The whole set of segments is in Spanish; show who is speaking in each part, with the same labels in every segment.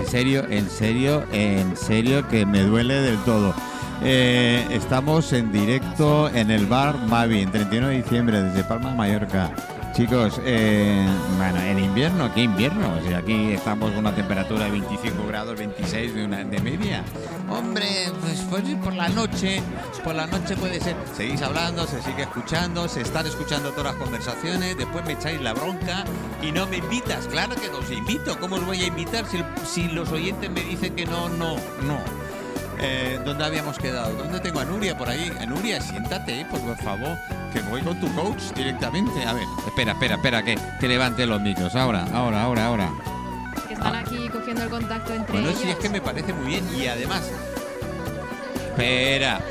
Speaker 1: en serio que me duele del todo. Estamos en directo en el bar Mavi, 31 de diciembre, desde Palma, Mallorca. Chicos, bueno, en invierno, ¿qué invierno? O sea, aquí estamos con una temperatura de 25 grados, 26 de media. Hombre, pues por la noche puede ser. Seguís hablando, se sigue escuchando, se están escuchando todas las conversaciones, después me echáis la bronca y no me invitas. Claro que os invito, ¿cómo os voy a invitar si los oyentes me dicen que no? ¿Dónde habíamos quedado? ¿Dónde tengo a Nuria por ahí? Nuria, siéntate, pues, por favor, que voy con tu coach directamente. A ver, espera, que levante los micros. Ahora.
Speaker 2: Que están aquí cogiendo el contacto entre ellos.
Speaker 1: Bueno, sí, es que me parece muy bien. Y además... Espera.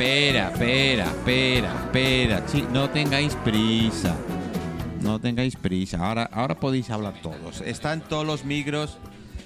Speaker 1: No tengáis prisa. Ahora podéis hablar todos. Están todos los micros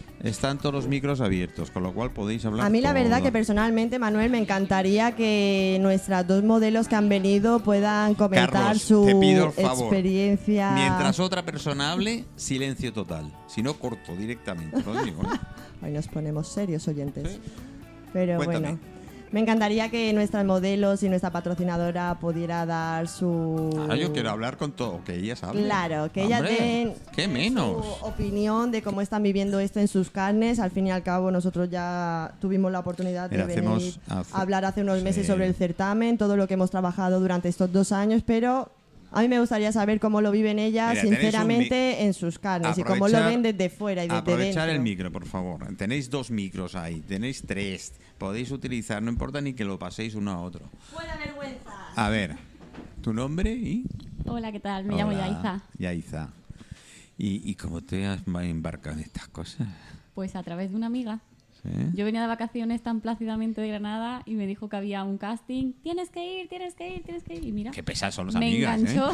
Speaker 1: abiertos, con lo cual podéis hablar.
Speaker 3: A mí la verdad
Speaker 1: todo.
Speaker 3: que personalmente, Manuel, me encantaría que nuestras dos modelos que han venido puedan comentar
Speaker 1: Carlos,
Speaker 3: su
Speaker 1: te pido el favor.
Speaker 3: experiencia.
Speaker 1: Mientras otra persona hable, silencio total. Si no, corto directamente. Lo digo, ¿no?
Speaker 3: Hoy nos ponemos serios, oyentes.
Speaker 1: Sí.
Speaker 3: Pero
Speaker 1: Cuéntame.
Speaker 3: bueno, me encantaría que nuestras modelos y nuestra patrocinadora pudiera dar su...
Speaker 1: Ahora yo quiero hablar con todo, que ellas hablen.
Speaker 3: Claro, que ellas
Speaker 1: Hombre,
Speaker 3: den
Speaker 1: ¿qué menos?
Speaker 3: su opinión de cómo están viviendo esto en sus carnes. Al fin y al cabo, nosotros ya tuvimos la oportunidad de
Speaker 1: Mira,
Speaker 3: venir a hablar hace unos meses sobre el certamen, todo lo que hemos trabajado durante estos 2 años, pero a mí me gustaría saber cómo lo viven ellas,
Speaker 1: Mira,
Speaker 3: sinceramente, en sus carnes y cómo lo ven desde fuera y desde
Speaker 1: aprovechar
Speaker 3: dentro.
Speaker 1: el micro, por favor. Tenéis 2 micros ahí, tenéis 3. Podéis utilizar, no importa ni que lo paséis uno a otro.
Speaker 3: ¡Buena vergüenza!
Speaker 1: A ver, ¿tu nombre y...?
Speaker 2: Hola, ¿qué tal? Me llamo Yaiza.
Speaker 1: Yaiza. ¿Y cómo te has embarcado en estas cosas?
Speaker 2: Pues a través de una amiga.
Speaker 1: ¿Sí?
Speaker 2: Yo venía de vacaciones tan plácidamente de Granada y me dijo que había un casting. Tienes que ir. Y mira,
Speaker 1: Qué pesados son los
Speaker 2: me
Speaker 1: amigas,
Speaker 2: enganchó.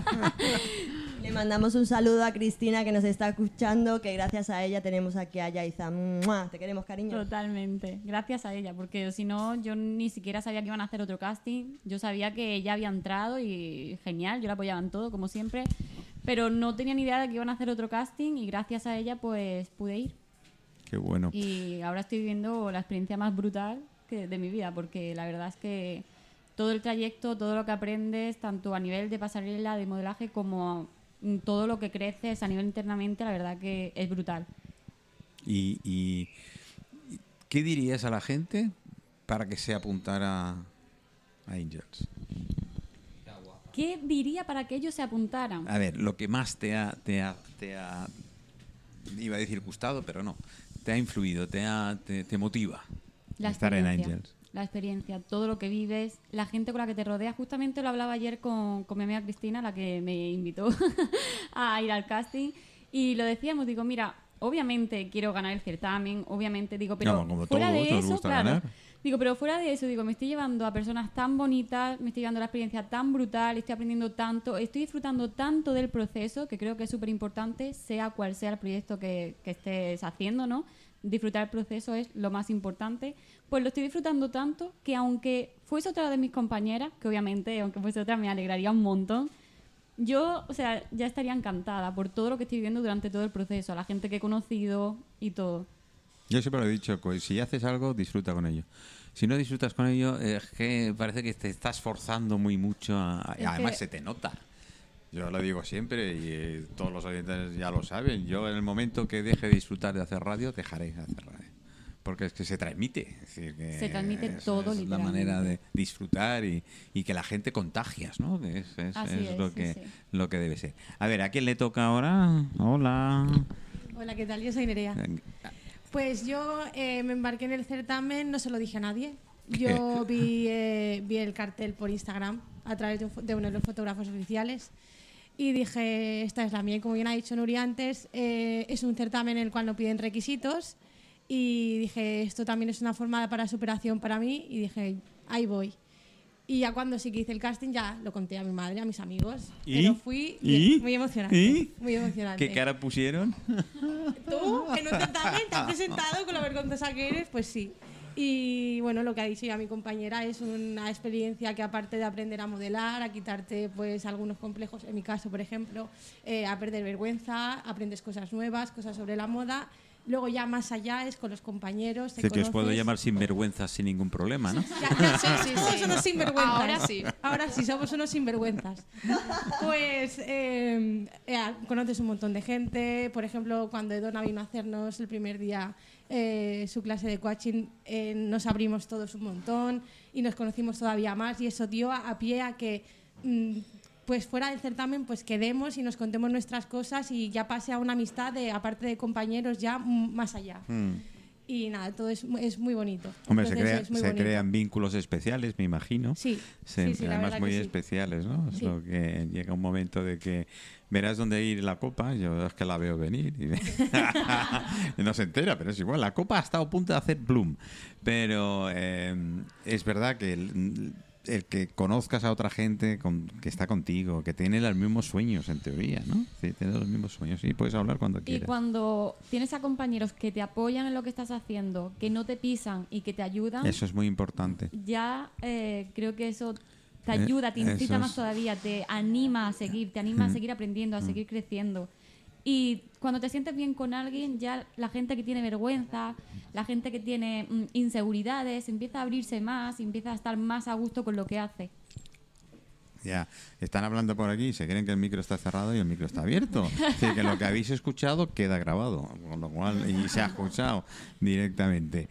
Speaker 3: Le mandamos un saludo a Cristina, que nos está escuchando, que gracias a ella tenemos aquí a Yaiza. ¡Mua! Te queremos, cariño.
Speaker 2: Totalmente. Gracias a ella, porque si no, yo ni siquiera sabía que iban a hacer otro casting. Yo sabía que ella había entrado y genial, yo la apoyaba en todo, como siempre. Pero no tenía ni idea de que iban a hacer otro casting y gracias a ella, pues pude ir.
Speaker 1: Qué bueno.
Speaker 2: Y ahora estoy viviendo la experiencia más brutal de mi vida, porque la verdad es que todo el trayecto, todo lo que aprendes, tanto a nivel de pasarela, de modelaje, como todo lo que creces a nivel internamente, la verdad que es brutal.
Speaker 1: ¿Y qué dirías a la gente para que se apuntara a Angels?
Speaker 2: ¿Qué diría para que ellos se apuntaran?
Speaker 1: A ver, lo que más te ha iba a decir gustado, pero no, te ha influido, te motiva estar en Angels.
Speaker 2: La experiencia, todo lo que vives, la gente con la que te rodeas. Justamente lo hablaba ayer con mi amiga Cristina, la que me invitó a ir al casting, y lo decíamos, digo, mira, obviamente quiero ganar el certamen, obviamente, digo, pero
Speaker 1: como
Speaker 2: fuera
Speaker 1: todos,
Speaker 2: de
Speaker 1: nos
Speaker 2: eso,
Speaker 1: gusta
Speaker 2: claro,
Speaker 1: ganar.
Speaker 2: digo, pero fuera de eso, digo, me estoy llevando a personas tan bonitas, me estoy llevando la experiencia tan brutal, estoy aprendiendo tanto, estoy disfrutando tanto del proceso, que creo que es súper importante, sea cual sea el proyecto que estés haciendo, ¿no? Disfrutar el proceso es lo más importante. Pues lo estoy disfrutando tanto que aunque fuese otra de mis compañeras, que obviamente, aunque fuese otra, me alegraría un montón, yo, o sea, ya estaría encantada por todo lo que estoy viviendo durante todo el proceso, a la gente que he conocido y todo.
Speaker 1: Yo siempre lo he dicho, pues, si haces algo, disfruta con ello. Si no disfrutas con ello, es que parece que te estás forzando muy mucho. Además, se te nota. Yo lo digo siempre y todos los oyentes ya lo saben. Yo, en el momento que deje de disfrutar de hacer radio, dejaré de hacer radio. Porque es que se transmite. Es decir, que
Speaker 2: se transmite todo,
Speaker 1: es la manera de disfrutar y que la gente contagias, ¿no? Que es lo que debe ser. A ver, ¿a quién le toca ahora? Hola.
Speaker 4: Hola, ¿qué tal? Yo soy Nerea. Pues yo me embarqué en el certamen, no se lo dije a nadie. Yo vi el cartel por Instagram a través de uno de los fotógrafos oficiales y dije, esta es la mía. Y como bien ha dicho Nuria antes, es un certamen en el cual no piden requisitos y dije, esto también es una forma para superación para mí y dije, ahí voy. Y ya cuando sí que hice el casting ya lo conté a mi madre, a mis amigos. Pero fui muy emocionante. Muy emocionante.
Speaker 1: ¿Qué cara pusieron?
Speaker 4: Tú, en un certamen, te has presentado con lo vergonzosa que eres, pues sí. Y bueno, lo que ha dicho ya mi compañera es una experiencia que aparte de aprender a modelar, a quitarte pues algunos complejos, en mi caso por ejemplo, a perder vergüenza, aprendes cosas nuevas, cosas sobre la moda Luego ya más allá es con los compañeros.
Speaker 1: Así que os puedo llamar sinvergüenzas sin ningún problema, ¿no?
Speaker 4: Sí, somos unos sinvergüenzas.
Speaker 5: Ahora sí,
Speaker 4: somos unos sinvergüenzas. Pues conoces un montón de gente. Por ejemplo, cuando Edona vino a hacernos el primer día su clase de coaching, nos abrimos todos un montón y nos conocimos todavía más, y eso dio a pie a que pues fuera del certamen pues quedemos y nos contemos nuestras cosas y ya pase a una amistad aparte de compañeros ya más allá. Y nada, todo es muy bonito.
Speaker 1: Hombre, se crean vínculos especiales, me imagino.
Speaker 4: Sí,
Speaker 1: además muy especiales, ¿no? Sí. Es lo que llega un momento de que verás dónde ir la copa, yo es que la veo venir y no se entera, pero es igual, la copa ha estado a punto de hacer bloom, pero es verdad que el que conozcas a otra gente que está contigo, que tiene los mismos sueños, en teoría, ¿no? Sí, tiene los mismos sueños y puedes hablar cuando quieras.
Speaker 2: Y cuando tienes a compañeros que te apoyan en lo que estás haciendo, que no te pisan y que te ayudan...
Speaker 1: Eso es muy importante.
Speaker 2: Ya creo que eso te ayuda, te incita más todavía, te anima a seguir, a seguir aprendiendo, a seguir creciendo. Y cuando te sientes bien con alguien, ya la gente que tiene vergüenza, la gente que tiene inseguridades, empieza a abrirse más y empieza a estar más a gusto con lo que hace.
Speaker 1: Ya, están hablando por aquí y se creen que el micro está cerrado y el micro está abierto. Así que lo que habéis escuchado queda grabado, con lo cual, y se ha escuchado directamente.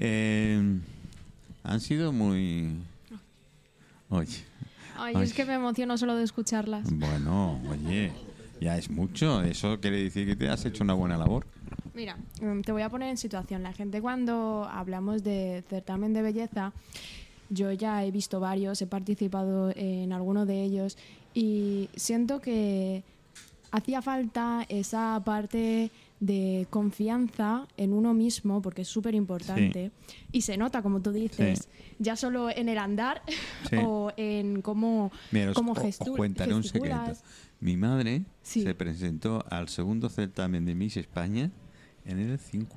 Speaker 1: Han sido muy... Oye.
Speaker 5: Ay, es que me emociono solo de escucharlas.
Speaker 1: Bueno, oye... Ya es mucho, eso quiere decir que te has hecho una buena labor.
Speaker 5: Mira, te voy a poner en situación. La gente, cuando hablamos de certamen de belleza, yo ya he visto varios, he participado en alguno de ellos y siento que hacía falta esa parte de confianza en uno mismo, porque es súper importante, y se nota, como tú dices, ya solo en el andar o en cómo
Speaker 1: os cuentaré un secreto. Mi madre se presentó al segundo certamen de Miss España en el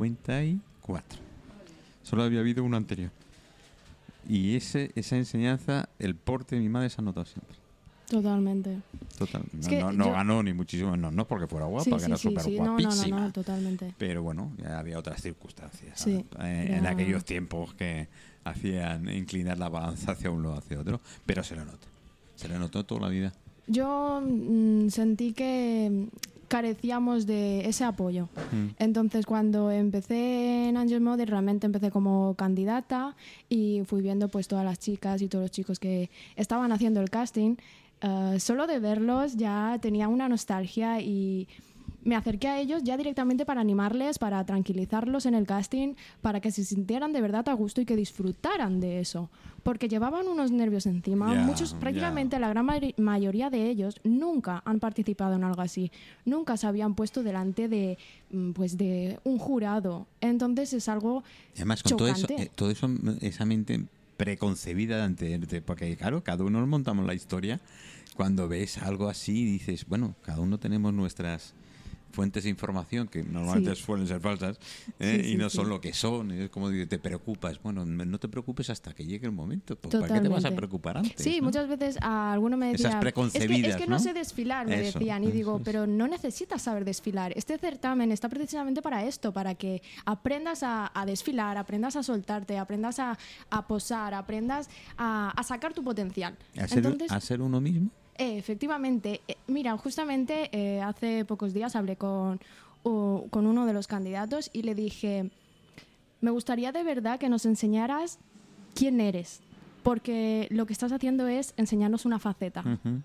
Speaker 1: 54. Solo había habido uno anterior. Y esa enseñanza, el porte de mi madre se ha notado siempre.
Speaker 5: Totalmente.
Speaker 1: No ganó ni muchísimo, no porque fuera guapa, que era súper guapísima.
Speaker 5: No, totalmente.
Speaker 1: Pero bueno, ya había otras circunstancias en aquellos tiempos que hacían inclinar la balanza hacia un lado hacia otro. Pero se le notó toda la vida.
Speaker 5: Yo sentí que carecíamos de ese apoyo. Entonces, cuando empecé en Angel Model, realmente empecé como candidata y fui viendo pues todas las chicas y todos los chicos que estaban haciendo el casting. Solo de verlos ya tenía una nostalgia y me acerqué a ellos ya directamente para animarles, para tranquilizarlos en el casting, para que se sintieran de verdad a gusto y que disfrutaran de eso. Porque llevaban unos nervios encima. Prácticamente la gran mayoría de ellos nunca han participado en algo así. Nunca se habían puesto delante de un jurado. Entonces es algo
Speaker 1: además, con
Speaker 5: chocante.
Speaker 1: todo eso, esa mente preconcebida porque claro, cada uno nos montamos la historia. Cuando ves algo así dices, bueno, cada uno tenemos nuestras fuentes de información que normalmente suelen ser falsas y no son lo que son. Es como te preocupas. Bueno, no te preocupes hasta que llegue el momento. Pues, ¿para qué te vas a preocupar antes?
Speaker 5: Sí, ¿no? Muchas veces a alguno me decía,
Speaker 1: esas preconcebidas,
Speaker 5: es que no sé desfilar, me decían. Y digo, pero no necesitas saber desfilar. Este certamen está precisamente para esto, para que aprendas a desfilar, aprendas a soltarte, aprendas a posar, aprendas a sacar tu potencial.
Speaker 1: ¿A ser uno mismo?
Speaker 5: Efectivamente. Mira, justamente hace pocos días hablé con uno de los candidatos y le dije, me gustaría de verdad que nos enseñaras quién eres, porque lo que estás haciendo es enseñarnos una faceta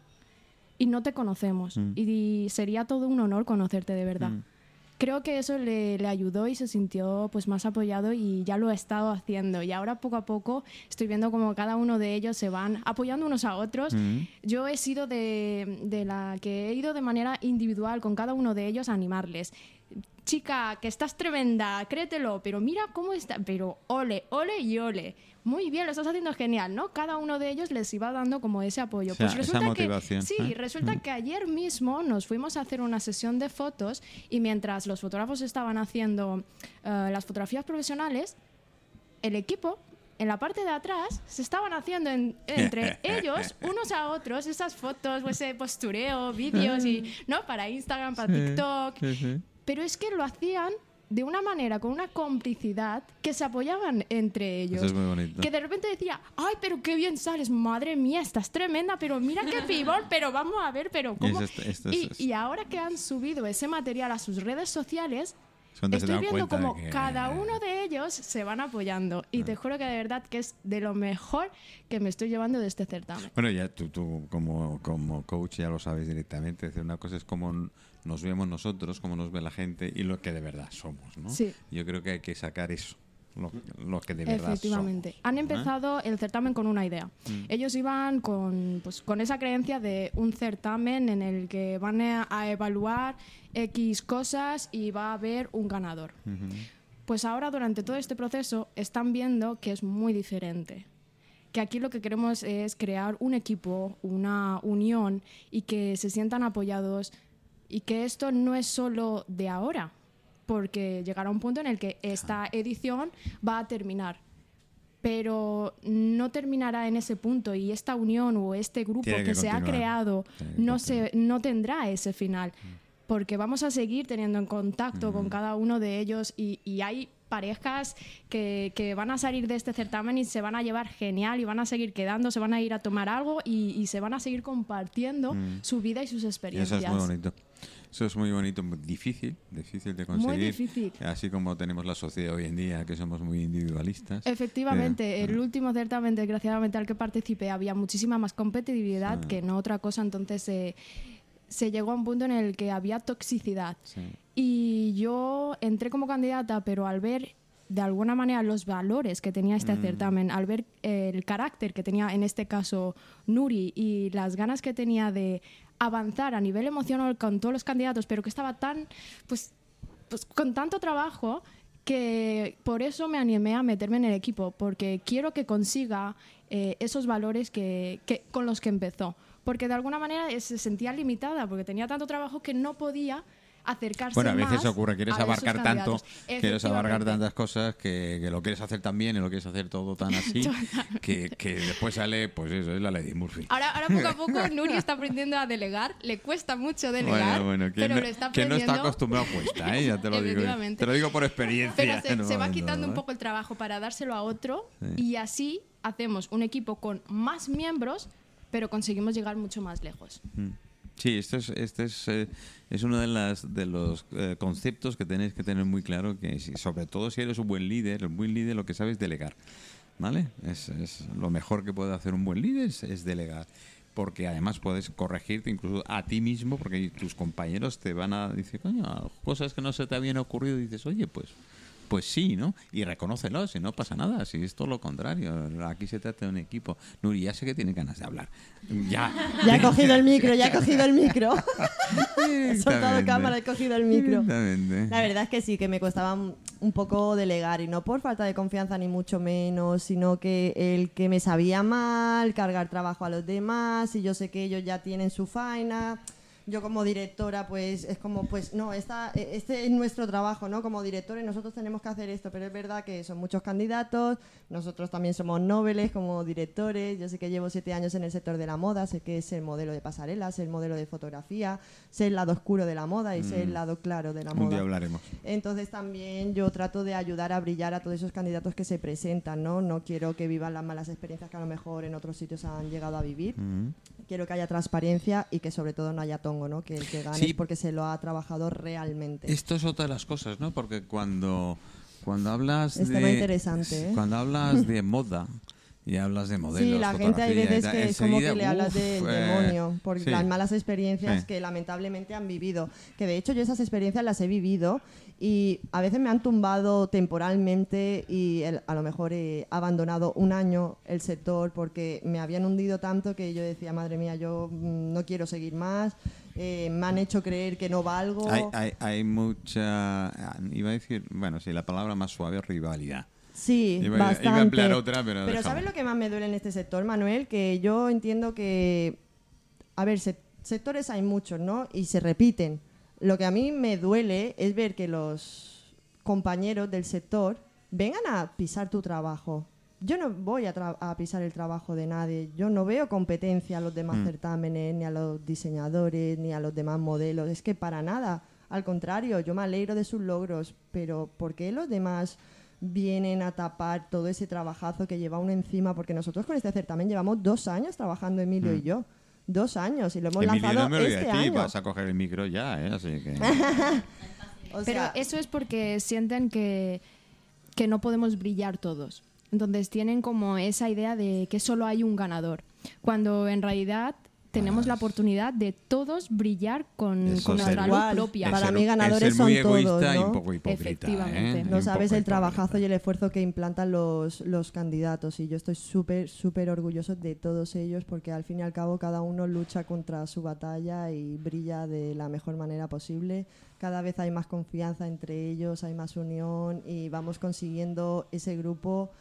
Speaker 5: y no te conocemos y sería todo un honor conocerte de verdad. Creo que eso le ayudó y se sintió pues más apoyado y ya lo he estado haciendo. Y ahora poco a poco estoy viendo como cada uno de ellos se van apoyando unos a otros. Yo he sido de la que he ido de manera individual con cada uno de ellos a animarles. Chica, que estás tremenda, créetelo, pero mira cómo está, pero ole, ole y ole. Muy bien, lo estás haciendo genial, ¿no? Cada uno de ellos les iba dando como ese apoyo. Pues resulta
Speaker 1: esa motivación.
Speaker 5: Resulta que ayer mismo nos fuimos a hacer una sesión de fotos y mientras los fotógrafos estaban haciendo las fotografías profesionales, el equipo en la parte de atrás se estaban haciendo entre ellos, unos a otros, esas fotos, ese postureo, vídeos y, ¿no? Para Instagram, para TikTok. Pero es que lo hacían de una manera, con una complicidad, que se apoyaban entre ellos.
Speaker 1: Eso es muy bonito.
Speaker 5: Que de repente decía, ay, pero qué bien sales, madre mía, estás tremenda, pero mira qué pibón, pero vamos a ver, pero cómo... Y ahora que han subido ese material a sus redes sociales, estoy viendo como cada uno de ellos se van apoyando. Y te juro que de verdad que es de lo mejor que me estoy llevando de este certamen.
Speaker 1: Bueno, ya tú como coach ya lo sabes directamente. Es decir, una cosa es cómo nos vemos nosotros, cómo nos ve la gente y lo que de verdad somos, ¿no?
Speaker 5: Sí.
Speaker 1: Yo creo que hay que sacar eso. Lo que de verdad
Speaker 5: Efectivamente.
Speaker 1: somos,
Speaker 5: Han empezado el certamen con una idea. Ellos iban con esa creencia de un certamen en el que van a evaluar X cosas y va a haber un ganador. Pues ahora, durante todo este proceso, están viendo que es muy diferente. Que aquí lo que queremos es crear un equipo, una unión y que se sientan apoyados y que esto no es solo de ahora, porque llegará un punto en el que esta edición va a terminar. Pero no terminará en ese punto y esta unión o este grupo que se ha creado no tendrá ese final. Porque vamos a seguir teniendo en contacto con cada uno de ellos y hay parejas que van a salir de este certamen y se van a llevar genial y van a seguir quedando, se van a ir a tomar algo y se van a seguir compartiendo su vida y sus experiencias.
Speaker 1: Y eso es muy bonito. Eso es muy bonito, muy difícil de conseguir.
Speaker 5: Muy difícil.
Speaker 1: Así como tenemos la sociedad hoy en día, que somos muy individualistas.
Speaker 5: Efectivamente, el último certamen, desgraciadamente, al que participé, había muchísima más competitividad que en otra cosa, entonces se llegó a un punto en el que había toxicidad. Sí. Y yo entré como candidata, pero al ver de alguna manera los valores que tenía este certamen, al ver el carácter que tenía en este caso Nuri y las ganas que tenía de avanzar a nivel emocional con todos los candidatos, pero que estaba tan pues con tanto trabajo, que por eso me animé a meterme en el equipo, porque quiero que consiga esos valores que con los que empezó, porque de alguna manera se sentía limitada, porque tenía tanto trabajo que no podía acercarse más.
Speaker 1: Bueno, a veces ocurre, quieres abarcar tantas cosas que lo quieres hacer tan bien y lo quieres hacer todo tan así que después sale, pues eso, es la ley de Murphy.
Speaker 5: Ahora poco a poco Nuri está aprendiendo a delegar, le cuesta mucho delegar, pero lo está aprendiendo.
Speaker 1: Que no está acostumbrado cuesta, ya te lo digo. Te lo digo por experiencia.
Speaker 5: Pero se va quitando un poco el trabajo para dárselo a otro y así hacemos un equipo con más miembros, pero conseguimos llegar mucho más lejos.
Speaker 1: Sí, este es uno de los conceptos que tenéis que tener muy claro, que sobre todo si eres un buen líder lo que sabe es delegar, ¿vale? Es lo mejor que puede hacer un buen líder es delegar, porque además puedes corregirte incluso a ti mismo, porque tus compañeros te van a decir, coño, cosas que no se te habían ocurrido y dices, oye, pues sí, ¿no? Y reconócelo, si no pasa nada, si es todo lo contrario. Aquí se trata de un equipo. Nuri, ya sé que tiene ganas de hablar. Ya
Speaker 3: he cogido el micro. He soltado cámara, he cogido el micro. La verdad es que sí, que me costaba un poco delegar, y no por falta de confianza ni mucho menos, sino que el que me sabía mal, cargar trabajo a los demás, y yo sé que ellos ya tienen su faena. Yo como directora, pues es como, pues no, este es nuestro trabajo, ¿no? Como directores nosotros tenemos que hacer esto, pero es verdad que son muchos candidatos, nosotros también somos nobles como directores. Yo sé que llevo 7 años en el sector de la moda, sé que es el modelo de pasarela, sé el modelo de fotografía, sé el lado oscuro de la moda y sé el lado claro de la moda.
Speaker 1: Un día hablaremos.
Speaker 3: Entonces también yo trato de ayudar a brillar a todos esos candidatos que se presentan, ¿no? No quiero que vivan las malas experiencias que a lo mejor en otros sitios han llegado a vivir. Quiero que haya transparencia y que sobre todo no haya tongo, ¿no? Que el que gane es porque se lo ha trabajado realmente.
Speaker 1: Esto es otra de las cosas, ¿no? Porque cuando hablas cuando hablas de moda y hablas de modelos,
Speaker 3: sí, la gente hay veces que es como que le hablas del demonio por las malas experiencias que lamentablemente han vivido, que de hecho yo esas experiencias las he vivido y a veces me han tumbado temporalmente y a lo mejor he abandonado un año el sector porque me habían hundido tanto que yo decía, madre mía, yo no quiero seguir más. Me han hecho creer que no valgo.
Speaker 1: Hay mucha, iba a decir, bueno, sí, la palabra más suave es rivalidad.
Speaker 3: Sí, bastante.
Speaker 1: Iba a emplear otra, pero
Speaker 3: ¿sabes lo que más me duele en este sector, Manuel? Que yo entiendo que, a ver, sectores hay muchos, ¿no? Y se repiten. Lo que a mí me duele es ver que los compañeros del sector vengan a pisar tu trabajo. Yo no voy a pisar el trabajo de nadie. Yo no veo competencia a los demás certámenes, ni a los diseñadores, ni a los demás modelos. Es que para nada. Al contrario, yo me alegro de sus logros, pero ¿por qué los demás vienen a tapar todo ese trabajazo que lleva uno encima? Porque nosotros con este certamen llevamos 2 años trabajando, Emilio y yo. 2 años, y lo hemos
Speaker 1: Emilio,
Speaker 3: lanzado
Speaker 1: no me
Speaker 3: este
Speaker 1: a ti,
Speaker 3: año.
Speaker 1: vas a coger el micro ya, así que...
Speaker 3: O sea,
Speaker 5: Pero eso es porque sienten que no podemos brillar todos. Entonces tienen como esa idea de que solo hay un ganador, cuando en realidad tenemos la oportunidad de todos brillar con nuestra luz propia.
Speaker 3: Para mí ganadores son
Speaker 1: muy
Speaker 3: todos,
Speaker 1: egoísta
Speaker 3: ¿no?
Speaker 1: y un poco hipócrita.
Speaker 5: Efectivamente.
Speaker 3: No sabes el
Speaker 1: hipócrita.
Speaker 3: trabajazo y el esfuerzo que implantan los candidatos, y yo estoy súper orgulloso de todos ellos, porque al fin y al cabo cada uno lucha contra su batalla y brilla de la mejor manera posible. Cada vez hay más confianza entre ellos, hay más unión y vamos consiguiendo ese grupo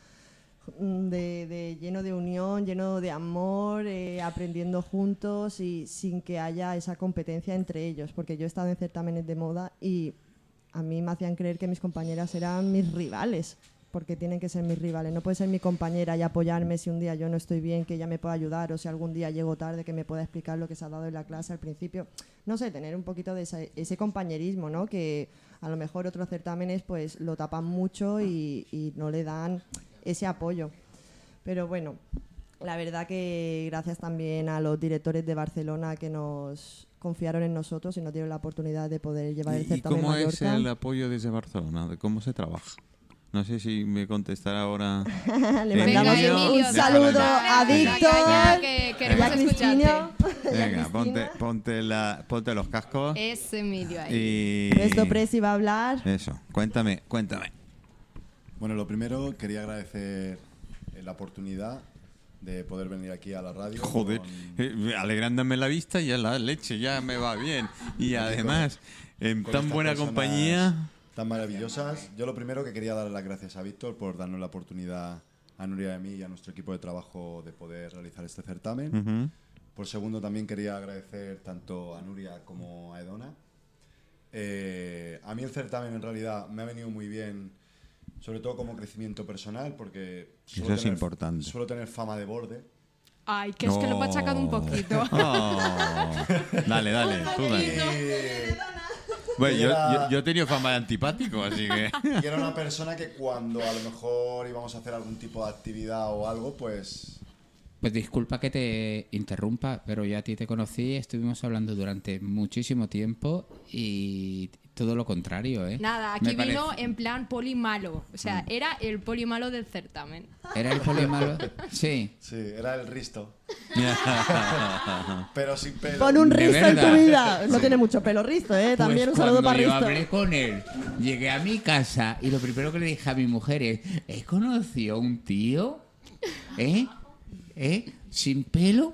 Speaker 3: de lleno de unión, lleno de amor, aprendiendo juntos y sin que haya esa competencia entre ellos, porque yo he estado en certámenes de moda y a mí me hacían creer que mis compañeras eran mis rivales, porque tienen que ser mis rivales. No puede ser mi compañera y apoyarme si un día yo no estoy bien, que ella me pueda ayudar, o si algún día llego tarde, que me pueda explicar lo que se ha dado en la clase al principio. No sé, tener un poquito de ese compañerismo, ¿no? Que a lo mejor otros certámenes pues lo tapan mucho y no le dan ese apoyo. Pero bueno, la verdad que gracias también a los directores de Barcelona que nos confiaron en nosotros y nos dieron la oportunidad de poder llevar el certamen
Speaker 1: ¿Y cómo
Speaker 3: en Mallorca.
Speaker 1: es el apoyo desde Barcelona? ¿De cómo se trabaja? No sé si me contestará ahora.
Speaker 3: Le mandamos
Speaker 5: Emilio,
Speaker 3: un saludo a Víctor
Speaker 5: que
Speaker 3: y
Speaker 5: queremos
Speaker 3: a Cristina.
Speaker 1: Venga, ponte los cascos.
Speaker 5: Es Emilio ahí.
Speaker 1: Y...
Speaker 3: Presto Presi va a hablar.
Speaker 1: Eso, cuéntame.
Speaker 6: Bueno, lo primero, quería agradecer la oportunidad de poder venir aquí a la radio.
Speaker 1: Joder, alegrándome la vista, ya la leche, ya me va bien. Y además, en
Speaker 6: con
Speaker 1: tan
Speaker 6: estas
Speaker 1: buena
Speaker 6: personas
Speaker 1: compañía...
Speaker 6: tan maravillosas. Yo lo primero que quería darle las gracias a Víctor por darnos la oportunidad a Nuria y a mí y a nuestro equipo de trabajo de poder realizar este certamen.
Speaker 1: Ujú.
Speaker 6: Por segundo, también quería agradecer tanto a Nuria como a Edona. A mí el certamen en realidad me ha venido muy bien, sobre todo como crecimiento personal, porque
Speaker 1: Eso es importante.
Speaker 6: suelo tener fama de borde.
Speaker 5: Ay, que es que lo he machacado un poquito.
Speaker 1: Oh. Dale, tú dale. Bueno, yo he tenido fama de antipático, así que...
Speaker 6: Y era una persona que cuando a lo mejor íbamos a hacer algún tipo de actividad o algo, pues...
Speaker 7: Pues disculpa que te interrumpa, pero yo a ti te conocí, estuvimos hablando durante muchísimo tiempo y todo lo contrario, ¿eh?
Speaker 5: Nada, aquí vino en plan poli malo. O sea, era el poli malo del certamen.
Speaker 7: ¿Era el poli malo? Sí.
Speaker 6: Sí, era el Risto. Pero sin pelo.
Speaker 3: Pon un
Speaker 7: De
Speaker 3: Risto en tu
Speaker 7: verdad.
Speaker 3: vida. No tiene mucho pelo Risto, ¿eh? También
Speaker 7: Pues
Speaker 3: un saludo
Speaker 7: cuando
Speaker 3: para
Speaker 7: yo
Speaker 3: Risto.
Speaker 7: hablé con él, llegué a mi casa y lo primero que le dije a mi mujer es: ¿he conocido a un tío? ¿Sin pelo?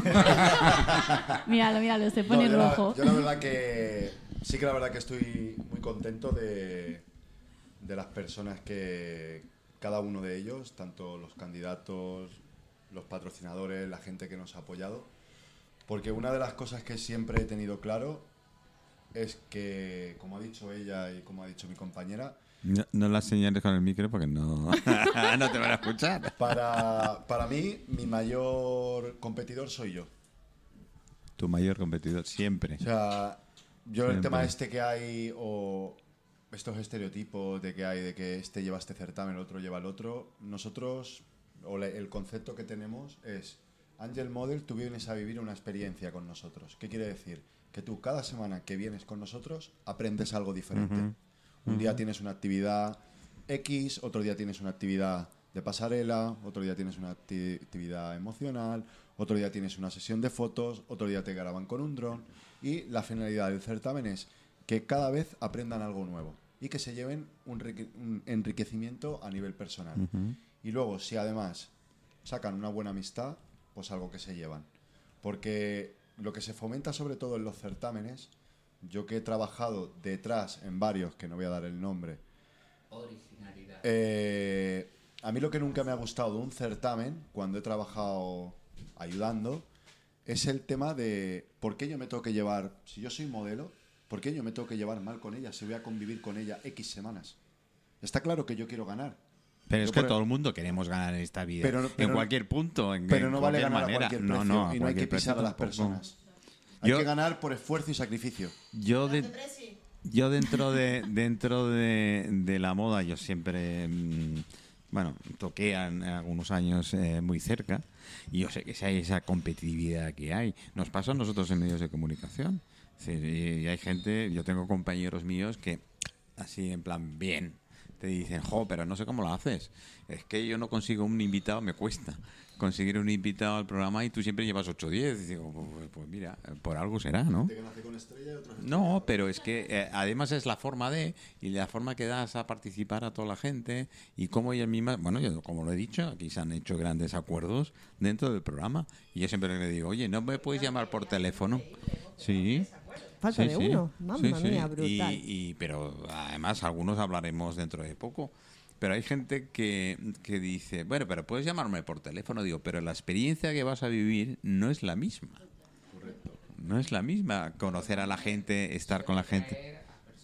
Speaker 2: Míralo, se pone
Speaker 6: No,
Speaker 2: rojo.
Speaker 6: yo la verdad que... Sí que la verdad que estoy muy contento de las personas que... Cada uno de ellos, tanto los candidatos, los patrocinadores, la gente que nos ha apoyado. Porque una de las cosas que siempre he tenido claro es que, como ha dicho ella y como ha dicho mi compañera...
Speaker 1: No las señales con el micro porque no, no te van a escuchar.
Speaker 6: Para mí, mi mayor competidor soy yo.
Speaker 1: Tu mayor competidor, siempre.
Speaker 6: O sea, yo el
Speaker 1: Siempre.
Speaker 6: tema este que hay, o estos estereotipos de que hay, de que este lleva este certamen, el otro lleva el otro, nosotros, el concepto que tenemos es, Angel Model, tú vienes a vivir una experiencia con nosotros. ¿Qué quiere decir? Que tú cada semana que vienes con nosotros aprendes algo diferente.
Speaker 1: Ujú.
Speaker 6: Un día tienes una actividad X, otro día tienes una actividad de pasarela, otro día tienes una actividad emocional, otro día tienes una sesión de fotos, otro día te graban con un dron, y la finalidad del certamen es que cada vez aprendan algo nuevo y que se lleven un enriquecimiento a nivel personal.
Speaker 1: Ujú.
Speaker 6: Y luego, si además sacan una buena amistad, pues algo que se llevan. Porque lo que se fomenta sobre todo en los certámenes, yo que he trabajado detrás en varios, que no voy a dar el nombre,
Speaker 7: Originalidad.
Speaker 6: a mí lo que nunca me ha gustado de un certamen, cuando he trabajado ayudando, es el tema de por qué yo me tengo que llevar, si yo soy modelo, por qué yo me tengo que llevar mal con ella si voy a convivir con ella X semanas. Está claro que yo quiero ganar.
Speaker 1: Pero es
Speaker 6: Yo
Speaker 1: que
Speaker 6: por-
Speaker 1: todo el mundo queremos ganar en esta vida.
Speaker 6: Pero-
Speaker 1: en cualquier punto, en
Speaker 6: Pero no vale
Speaker 1: cualquier
Speaker 6: ganar
Speaker 1: manera.
Speaker 6: a cualquier precio
Speaker 1: No, a
Speaker 6: y no hay que
Speaker 1: cualquier precio
Speaker 6: pisar a las
Speaker 1: tampoco.
Speaker 6: personas. Hay
Speaker 1: Yo-
Speaker 6: que ganar por esfuerzo y sacrificio.
Speaker 1: Yo de... Yo dentro de la moda, yo siempre, toqué en algunos años muy cerca, y yo sé que si hay esa competitividad que hay, nos pasa a nosotros en medios de comunicación. Es decir, y hay gente, yo tengo compañeros míos que así en plan bien te dicen, pero no sé cómo lo haces, es que yo no consigo un invitado, me cuesta conseguir un invitado al programa y tú siempre llevas 8 o 10. Y digo, pues mira, por algo será, ¿no? No, pero es que además es la forma y la forma que das a participar a toda la gente y cómo ellas mismas, yo como lo he dicho, aquí se han hecho grandes acuerdos dentro del programa y yo siempre le digo, oye, ¿no me puedes llamar por teléfono? Sí.
Speaker 3: Falta de uno, mamma mía, brutal.
Speaker 1: Pero además algunos hablaremos dentro de poco. Pero hay gente que dice, pero puedes llamarme por teléfono. Digo, pero la experiencia que vas a vivir no es la misma. Correcto. No es la misma conocer a la gente, estar con la gente.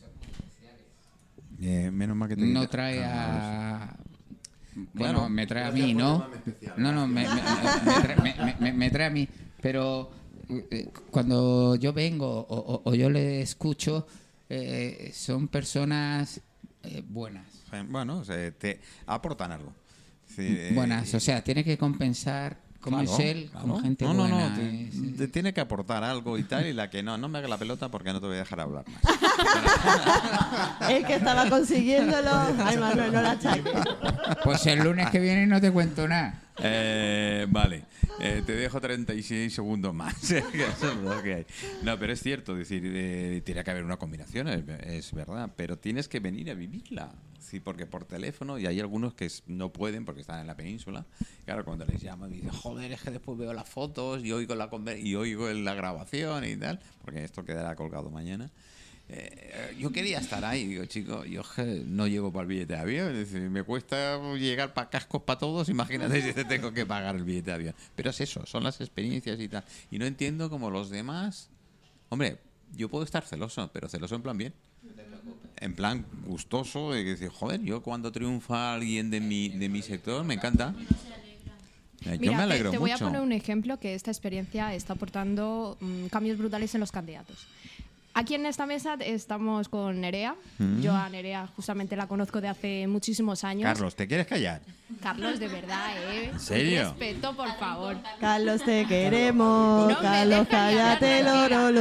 Speaker 1: Menos mal que te
Speaker 7: no trae a... Bueno, me trae a mí, ¿no? No, me trae a mí. Pero cuando yo vengo o yo le escucho, son personas buenas.
Speaker 1: Bueno, te aportan algo. Sí,
Speaker 7: buenas, o sea, tiene que compensar como es él, como gente buena.
Speaker 1: Te tiene que aportar algo y tal, y la que no me haga la pelota porque no te voy a dejar hablar más.
Speaker 3: El que estaba consiguiéndolo. Ay, Manuel, no la achaques.
Speaker 7: Pues el lunes que viene no te cuento nada.
Speaker 1: Vale. Te dejo 36 segundos más. Eso es lo que hay. No, pero es cierto, decir, tiene que haber una combinación, es verdad, pero tienes que venir a vivirla. Sí, porque por teléfono, y hay algunos que no pueden porque están en la península. Claro, cuando les llaman, dicen, joder, es que después veo las fotos y oigo la grabación y tal, porque esto quedará colgado mañana. Yo quería estar ahí, digo, chico, yo no llego para el billete de avión, es decir, me cuesta llegar para cascos para todos, imagínate si te tengo que pagar el billete de avión. Pero es eso, son las experiencias y tal. Y no entiendo cómo los demás, hombre, yo puedo estar celoso, pero celoso en plan bien. En plan gustoso, de decir, joder, yo cuando triunfa alguien de mi sector, me encanta. Yo me alegro
Speaker 5: te voy
Speaker 1: mucho.
Speaker 5: A poner un ejemplo que esta experiencia está aportando cambios brutales en los candidatos. Aquí en esta mesa estamos con Nerea. Yo a Nerea justamente la conozco de hace muchísimos años.
Speaker 1: Carlos, ¿te quieres callar?
Speaker 5: Carlos, de verdad,
Speaker 1: ¿En serio?
Speaker 5: Respeto, por favor.
Speaker 3: Carlos, te queremos.
Speaker 5: No
Speaker 3: Carlos, cállate, lo.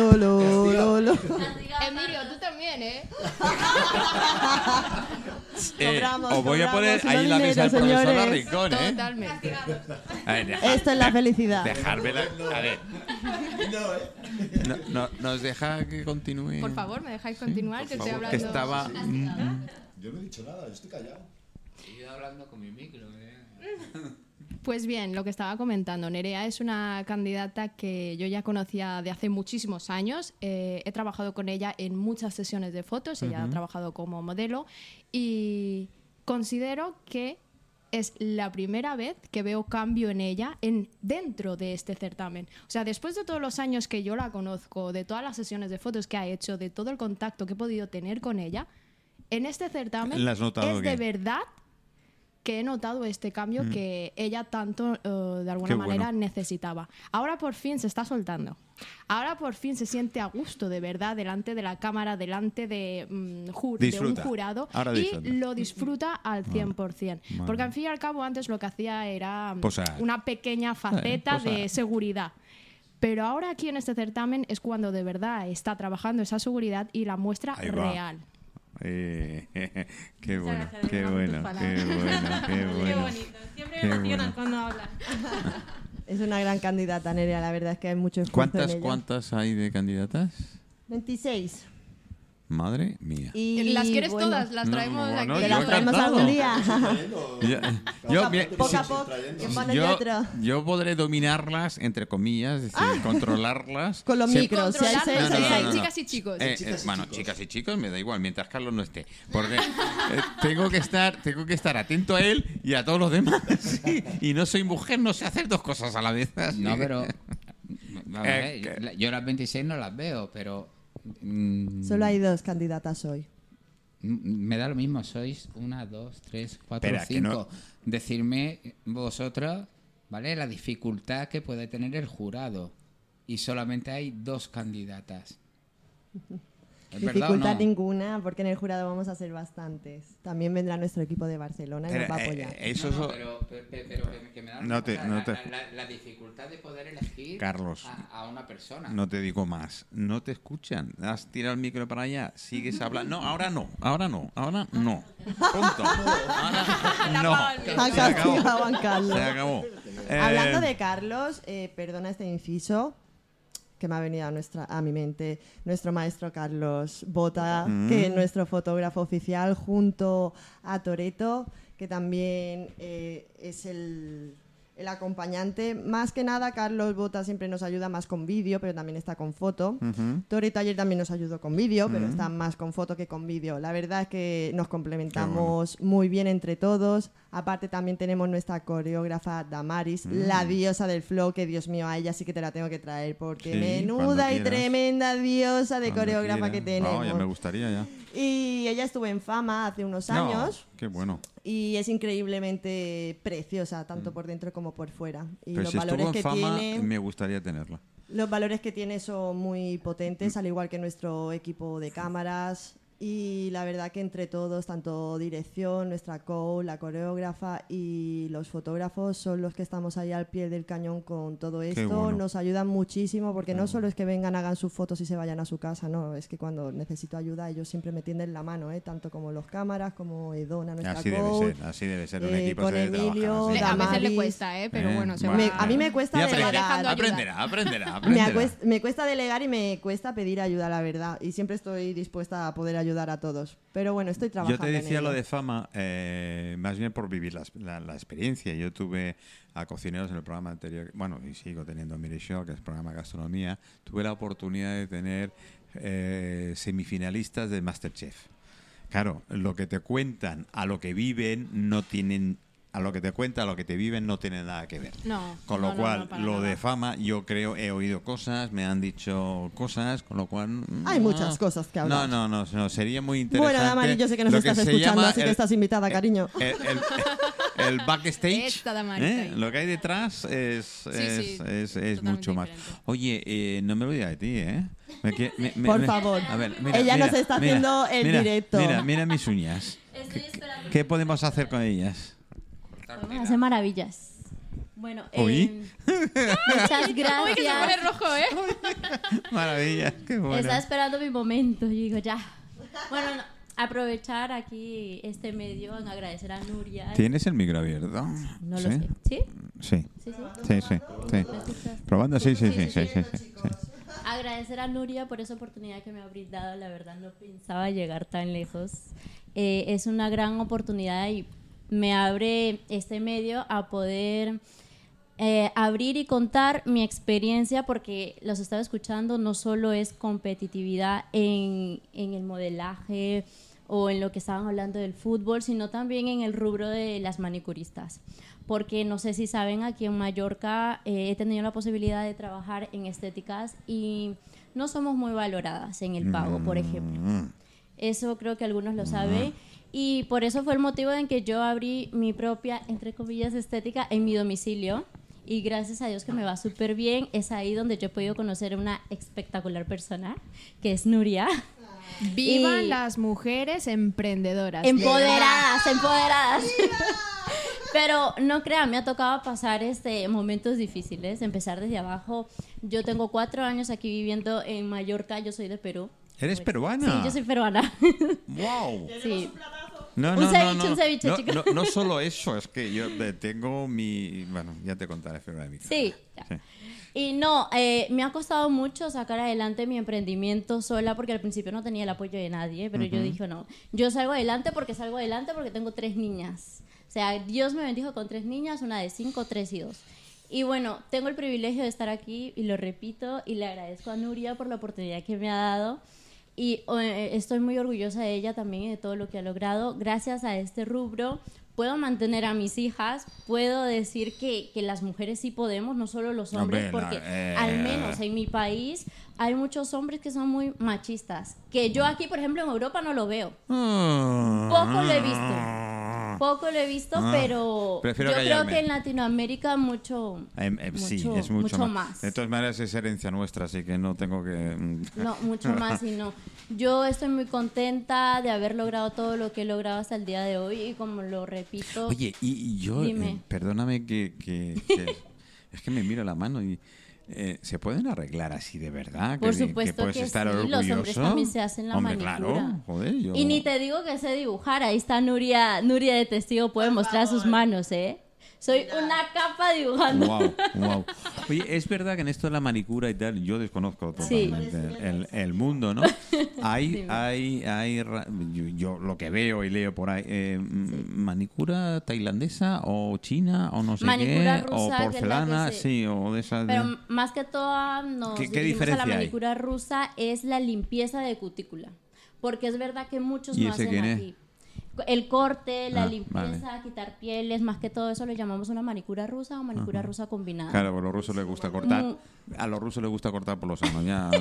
Speaker 5: Emilio, tú también,
Speaker 1: Os voy a poner ahí en la mesa el profesor Larricón,
Speaker 5: Totalmente.
Speaker 3: Esto es la felicidad.
Speaker 1: Dejármela. A ver. No, ¿nos deja que continúe?
Speaker 5: Por favor, ¿me dejáis continuar? Que estoy hablando.
Speaker 1: Que estaba...
Speaker 6: Yo no he dicho nada, yo estoy callado.
Speaker 7: Estoy hablando con mi micro,
Speaker 5: Pues bien, lo que estaba comentando, Nerea es una candidata que yo ya conocía de hace muchísimos años. He trabajado con ella en muchas sesiones de fotos, ella ha trabajado como modelo y considero que es la primera vez que veo cambio en ella dentro de este certamen. O sea, después de todos los años que yo la conozco, de todas las sesiones de fotos que ha hecho, de todo el contacto que he podido tener con ella, en este certamen es de verdad que he notado este cambio que ella tanto, de alguna manera, necesitaba. Ahora por fin se está soltando. Ahora por fin se siente a gusto, de verdad, delante de la cámara, delante de un jurado. Y lo disfruta al 100%. Porque al fin y al cabo antes lo que hacía era una pequeña faceta de seguridad. Pero ahora aquí en este certamen es cuando de verdad está trabajando esa seguridad y la muestra real.
Speaker 1: Qué bueno,
Speaker 4: gracias,
Speaker 1: qué bueno, qué bueno.
Speaker 4: Qué bonito. Siempre me emocionan cuando hablas.
Speaker 3: Es una gran candidata, Nerea, la verdad es que hay mucho esfuerzo en ella.
Speaker 1: ¿Cuántas hay de candidatas?
Speaker 3: 26.
Speaker 1: Madre mía.
Speaker 3: Y
Speaker 5: las quieres todas, las traemos aquí.
Speaker 3: Te las traemos algún día. Poco a poco.
Speaker 1: Yo podré dominarlas, entre comillas, es decir, controlarlas.
Speaker 3: Con los micros.
Speaker 5: Hay chicas y chicos.
Speaker 1: Bueno, chicas y chicos me da igual, mientras Carlos no esté. Porque tengo que estar atento a él y a todos los demás. Y no soy mujer, no sé hacer dos cosas a la vez.
Speaker 7: No, pero... yo las 26 no las veo, pero...
Speaker 3: Solo hay 2 candidatas hoy.
Speaker 7: Me da lo mismo, sois 1, 2, 3, 4, 5. Decidme vosotros, ¿vale? La dificultad que puede tener el jurado. Y solamente hay 2 candidatas.
Speaker 3: Dificultad ninguna, porque en el jurado vamos a ser bastantes. También vendrá nuestro equipo de Barcelona y nos va a apoyar.
Speaker 7: Pero que me da la dificultad de poder elegir
Speaker 1: Carlos,
Speaker 7: a una persona.
Speaker 1: No te digo más. No te escuchan. Has tirado el micro para allá. Sigues hablando. No, ahora no. Punto. Ahora no. Se acabó.
Speaker 3: Hablando de Carlos, perdona este inciso que me ha venido a mi mente, nuestro maestro Carlos Bota, que es nuestro fotógrafo oficial, junto a Toretto, que también es el acompañante. Más que nada, Carlos Bota siempre nos ayuda más con vídeo, pero también está con foto. Toretto ayer también nos ayudó con vídeo, pero está más con foto que con vídeo. La verdad es que nos complementamos muy bien entre todos. Aparte también tenemos nuestra coreógrafa Damaris, la diosa del flow, que Dios mío, a ella sí que te la tengo que traer, porque menuda y tremenda diosa de coreógrafa que tenemos.
Speaker 1: Ya me gustaría ya.
Speaker 3: Y ella estuvo en Fama hace unos años.
Speaker 1: Qué bueno.
Speaker 3: Y es increíblemente preciosa, tanto por dentro como por fuera. Y
Speaker 1: pero
Speaker 3: los
Speaker 1: si
Speaker 3: valores
Speaker 1: estuvo en
Speaker 3: que
Speaker 1: Fama,
Speaker 3: tiene,
Speaker 1: me gustaría tenerla.
Speaker 3: los valores que tiene son muy potentes, al igual que nuestro equipo de cámaras. Y la verdad que entre todos, tanto dirección, nuestra coach, la coreógrafa y los fotógrafos son los que estamos ahí al pie del cañón con todo esto.
Speaker 1: Bueno.
Speaker 3: Nos ayudan muchísimo, porque no solo es que vengan, hagan sus fotos y se vayan a su casa, no, es que cuando necesito ayuda ellos siempre me tienden la mano, tanto como los cámaras, como Edona, nuestra coach.
Speaker 1: Así debe ser un equipo.
Speaker 3: Con Emilio,
Speaker 5: a veces le cuesta, pero bueno, se va.
Speaker 3: A mí me cuesta delegar.
Speaker 1: Aprenderá.
Speaker 3: Me cuesta delegar y me cuesta pedir ayuda, la verdad. Y siempre estoy dispuesta a poder ayudar a todos. Pero bueno, estoy trabajando.
Speaker 1: Yo te decía
Speaker 3: en
Speaker 1: lo
Speaker 3: ello.
Speaker 1: de Fama, más bien por vivir la experiencia. Yo tuve a cocineros en el programa anterior, bueno, y sigo teniendo Mire Show, que es programa de gastronomía. Tuve la oportunidad de tener semifinalistas de MasterChef. Claro, lo que te cuentan a lo que viven no tienen... A lo que te cuenta, a lo que te viven, no tiene nada que ver. Con lo cual, lo de Fama, yo creo, he oído cosas, me han dicho cosas, con lo cual...
Speaker 3: Hay muchas cosas que hablar.
Speaker 1: No, sería muy interesante.
Speaker 3: Bueno, Damari, yo sé que nos estás escuchando, así que estás invitada, cariño.
Speaker 1: El backstage, lo que hay detrás es mucho más.
Speaker 5: Diferente.
Speaker 1: Oye, no me olvides de ti, ¿eh?
Speaker 3: Por favor.
Speaker 1: A ver,
Speaker 3: Ella nos está haciendo el directo.
Speaker 1: Mira mis uñas. ¿Qué podemos hacer con ellas?
Speaker 2: Podemos hacer maravillas. Bueno,
Speaker 1: ¿Oí?
Speaker 2: muchas gracias.
Speaker 5: Uy, que se pone rojo,
Speaker 1: Maravillas, qué bueno.
Speaker 2: Estaba esperando mi momento. Yo digo, ya. Bueno, aprovechar aquí este medio en agradecer a Nuria.
Speaker 1: ¿Tienes el micro abierto?
Speaker 2: No lo sé. ¿Sí?
Speaker 1: Sí.
Speaker 2: Sí.
Speaker 1: Sí.
Speaker 2: ¿Me escuchas?
Speaker 1: Probando, sí.
Speaker 2: Agradecer a Nuria por esa oportunidad que me ha brindado. La verdad no pensaba llegar tan lejos. Es una gran oportunidad y me abre este medio a poder abrir y contar mi experiencia, porque los estaba escuchando, no solo es competitividad en el modelaje o en lo que estaban hablando del fútbol, sino también en el rubro de las manicuristas. Porque no sé si saben, aquí en Mallorca he tenido la posibilidad de trabajar en estéticas y no somos muy valoradas en el pago, por ejemplo. Eso creo que algunos lo saben. Y por eso fue el motivo en que yo abrí mi propia, entre comillas, estética en mi domicilio. Y gracias a Dios que me va súper bien. Es ahí donde yo he podido conocer una espectacular persona, que es Nuria.
Speaker 5: Vivan las mujeres emprendedoras.
Speaker 2: Empoderadas. Pero no crean, me ha tocado pasar momentos difíciles, empezar desde abajo. Yo tengo 4 años aquí viviendo en Mallorca, yo soy de Perú.
Speaker 1: ¿Eres peruana?
Speaker 2: Sí, yo soy peruana.
Speaker 1: ¡Wow!
Speaker 2: Sí.
Speaker 1: Un
Speaker 2: ceviche, chicos.
Speaker 1: No solo eso, es que yo tengo mi... Bueno, ya te contaré fuera de mi casa.
Speaker 2: Sí. Y no, me ha costado mucho sacar adelante mi emprendimiento sola, porque al principio no tenía el apoyo de nadie, pero yo dije, no, yo salgo adelante porque tengo 3 niñas. O sea, Dios me bendijo con 3 niñas, una de 5, 3 y 2. Y bueno, tengo el privilegio de estar aquí y lo repito y le agradezco a Nuria por la oportunidad que me ha dado. Y estoy muy orgullosa de ella también y de todo lo que ha logrado. Gracias a este rubro puedo mantener a mis hijas, puedo decir que las mujeres sí podemos, no solo los hombres, porque al menos en mi país hay muchos hombres que son muy machistas, que yo aquí, por ejemplo, en Europa no lo veo. Poco lo he visto.
Speaker 8: Poco lo he visto, pero yo creo que en Latinoamérica mucho,
Speaker 1: sí, es mucho más. De todas maneras es herencia nuestra, así que no tengo que...
Speaker 8: No, mucho más y no. Yo estoy muy contenta de haber logrado todo lo que he logrado hasta el día de hoy y como lo repito...
Speaker 1: Oye, y yo, perdóname que es que me miro la mano y... ¿se pueden arreglar así de verdad?
Speaker 8: Por supuesto
Speaker 1: puedes
Speaker 8: que
Speaker 1: estar
Speaker 8: sí,
Speaker 1: orgulloso.
Speaker 8: los hombres también se hacen la manicura.
Speaker 1: Claro, joder,
Speaker 8: Y ni te digo que sé dibujar, ahí está Nuria de testigo, puede mostrar sus manos, ¿eh? Soy una capa dibujando.
Speaker 1: Wow. Oye, es verdad que en esto de la manicura y tal, yo desconozco totalmente el mundo, ¿no? Yo lo que veo y leo por ahí, manicura tailandesa o china o no sé
Speaker 8: manicura
Speaker 1: qué,
Speaker 8: rusa,
Speaker 1: o porcelana, sí, o de esas.
Speaker 8: Pero más que todo nos dirigimos a la manicura rusa es la limpieza de cutícula, porque es verdad que muchos no hacen aquí. El corte, la limpieza, quitar pieles, más que todo eso lo llamamos una manicura rusa o manicura rusa combinada.
Speaker 1: Claro, a los rusos les gusta cortar. A los rusos les gusta cortar por los años.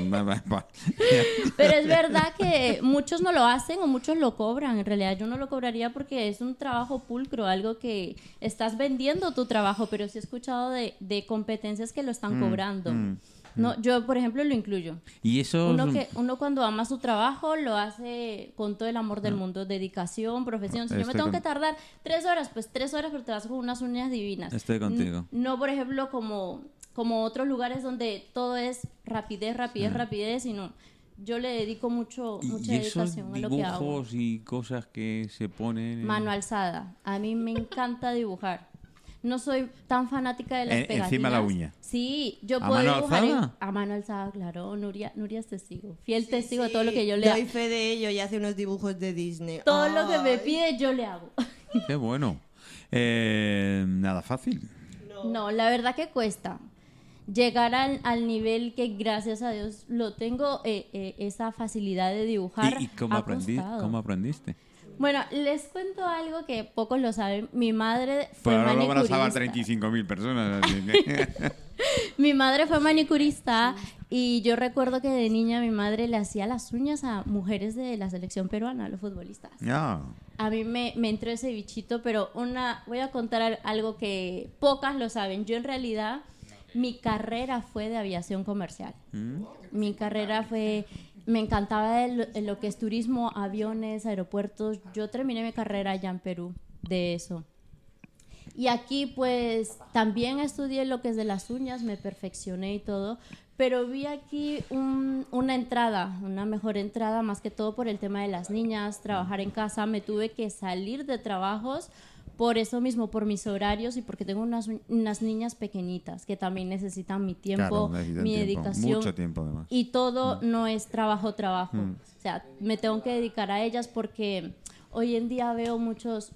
Speaker 8: Pero es verdad que muchos no lo hacen o muchos lo cobran. En realidad yo no lo cobraría porque es un trabajo pulcro, algo que estás vendiendo tu trabajo, pero sí he escuchado de competencias que lo están cobrando. No, yo, por ejemplo, lo incluyo.
Speaker 1: Y eso...
Speaker 8: Uno cuando ama su trabajo lo hace con todo el amor del mundo, dedicación, profesión. Si yo me tengo que tardar 3 horas, pues 3 horas, pero te vas con unas uñas divinas.
Speaker 1: Estoy contigo.
Speaker 8: No, por ejemplo, como otros lugares donde todo es rapidez, sino yo le dedico mucha dedicación a lo que hago.
Speaker 1: ¿Y dibujos y cosas que se ponen...?
Speaker 8: Mano alzada. A mí me encanta dibujar. No soy tan fanática de las pegatinas.
Speaker 1: Encima la uña.
Speaker 8: Sí, yo puedo dibujar
Speaker 1: a
Speaker 8: mano alzada, claro. Nuria es testigo. Fiel testigo de todo lo que yo le hago.
Speaker 3: Doy fe de ello y hace unos dibujos de Disney.
Speaker 8: Todo lo que me pide yo le hago.
Speaker 1: Qué bueno. Nada fácil.
Speaker 8: No, la verdad que cuesta. Llegar al nivel que gracias a Dios lo tengo, esa facilidad de dibujar.
Speaker 1: ¿Y cómo aprendiste?
Speaker 8: Bueno, les cuento algo que pocos lo saben. Mi madre fue
Speaker 1: manicurista.
Speaker 8: Pero ahora lo van a
Speaker 1: saber 35.000 personas. Así que...
Speaker 8: Mi madre fue manicurista y yo recuerdo que de niña mi madre le hacía las uñas a mujeres de la selección peruana, a los futbolistas. A mí me entró ese bichito, pero voy a contar algo que pocas lo saben. Yo en realidad, mi carrera fue de aviación comercial. Mi carrera fue... Me encantaba lo que es turismo, aviones, aeropuertos. Yo terminé mi carrera allá en Perú de eso. Y aquí pues también estudié lo que es de las uñas, me perfeccioné y todo, pero vi aquí una mejor entrada, más que todo por el tema de las niñas, trabajar en casa. Me tuve que salir de trabajos por eso mismo, por mis horarios y porque tengo unas niñas pequeñitas que también necesitan mi tiempo, mi dedicación.
Speaker 1: Mucho tiempo además.
Speaker 8: Y todo no es trabajo. O sea, me tengo que dedicar a ellas porque hoy en día veo muchos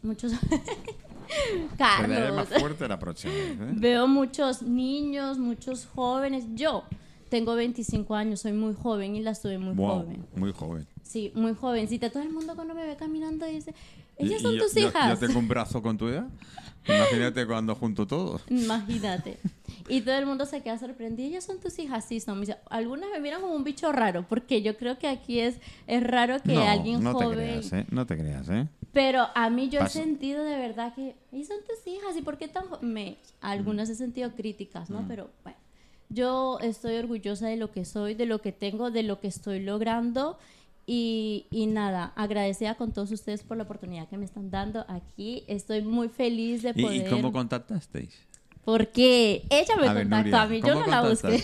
Speaker 8: Carlos.
Speaker 1: Más fuerte la próxima vez,
Speaker 8: Veo muchos niños, muchos jóvenes. Yo tengo 25 años, soy muy joven y las tuve muy joven.
Speaker 1: Muy joven.
Speaker 8: Sí, muy jovencita. Todo el mundo cuando me ve caminando dice... ¿Ellas son tus hijas?
Speaker 1: Yo tengo un brazo con tu edad. Imagínate cuando junto todos.
Speaker 8: Imagínate. Y todo el mundo se queda sorprendido. ¿Ellas son tus hijas? Sí, son mis hijas. Algunas me miran como un bicho raro, porque yo creo que aquí es raro que alguien joven...
Speaker 1: No te creas, ¿eh?
Speaker 8: Pero a mí yo he sentido de verdad que... ¿Y son tus hijas? ¿Y por qué tan algunas he sentido críticas, ¿no? Pero bueno, yo estoy orgullosa de lo que soy, de lo que tengo, de lo que estoy logrando... Y nada, agradecida con todos ustedes por la oportunidad que me están dando aquí. Estoy muy feliz de poder...
Speaker 1: ¿Y cómo contactasteis?
Speaker 8: Porque ella me contactó
Speaker 1: Nuria,
Speaker 8: a mí, yo no la busqué.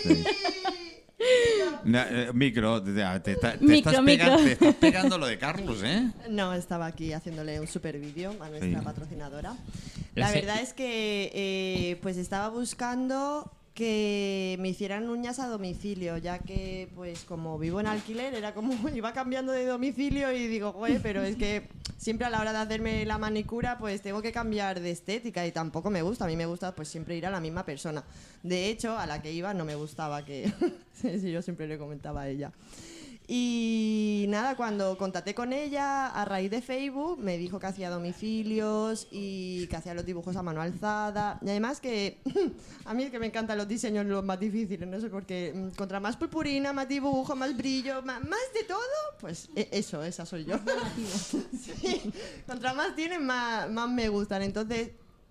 Speaker 1: Micro, te estás pegando lo de Carlos, ¿eh?
Speaker 3: No, estaba aquí haciéndole un super vídeo a nuestra patrocinadora. La verdad es que pues estaba buscando... que me hicieran uñas a domicilio, ya que pues como vivo en alquiler era como iba cambiando de domicilio y digo, güey, pero es que siempre a la hora de hacerme la manicura pues tengo que cambiar de estética y tampoco me gusta, a mí me gusta pues siempre ir a la misma persona. De hecho, a la que iba no me gustaba que sí, yo siempre le comentaba a ella. Y nada, cuando contacté con ella, a raíz de Facebook, me dijo que hacía domicilios y que hacía los dibujos a mano alzada. Y además que a mí es que me encantan los diseños los más difíciles, no sé por qué. Contra más purpurina, más dibujo, más brillo, más de todo, pues esa soy yo. Sí, contra más tienen, más me gustan. Entonces,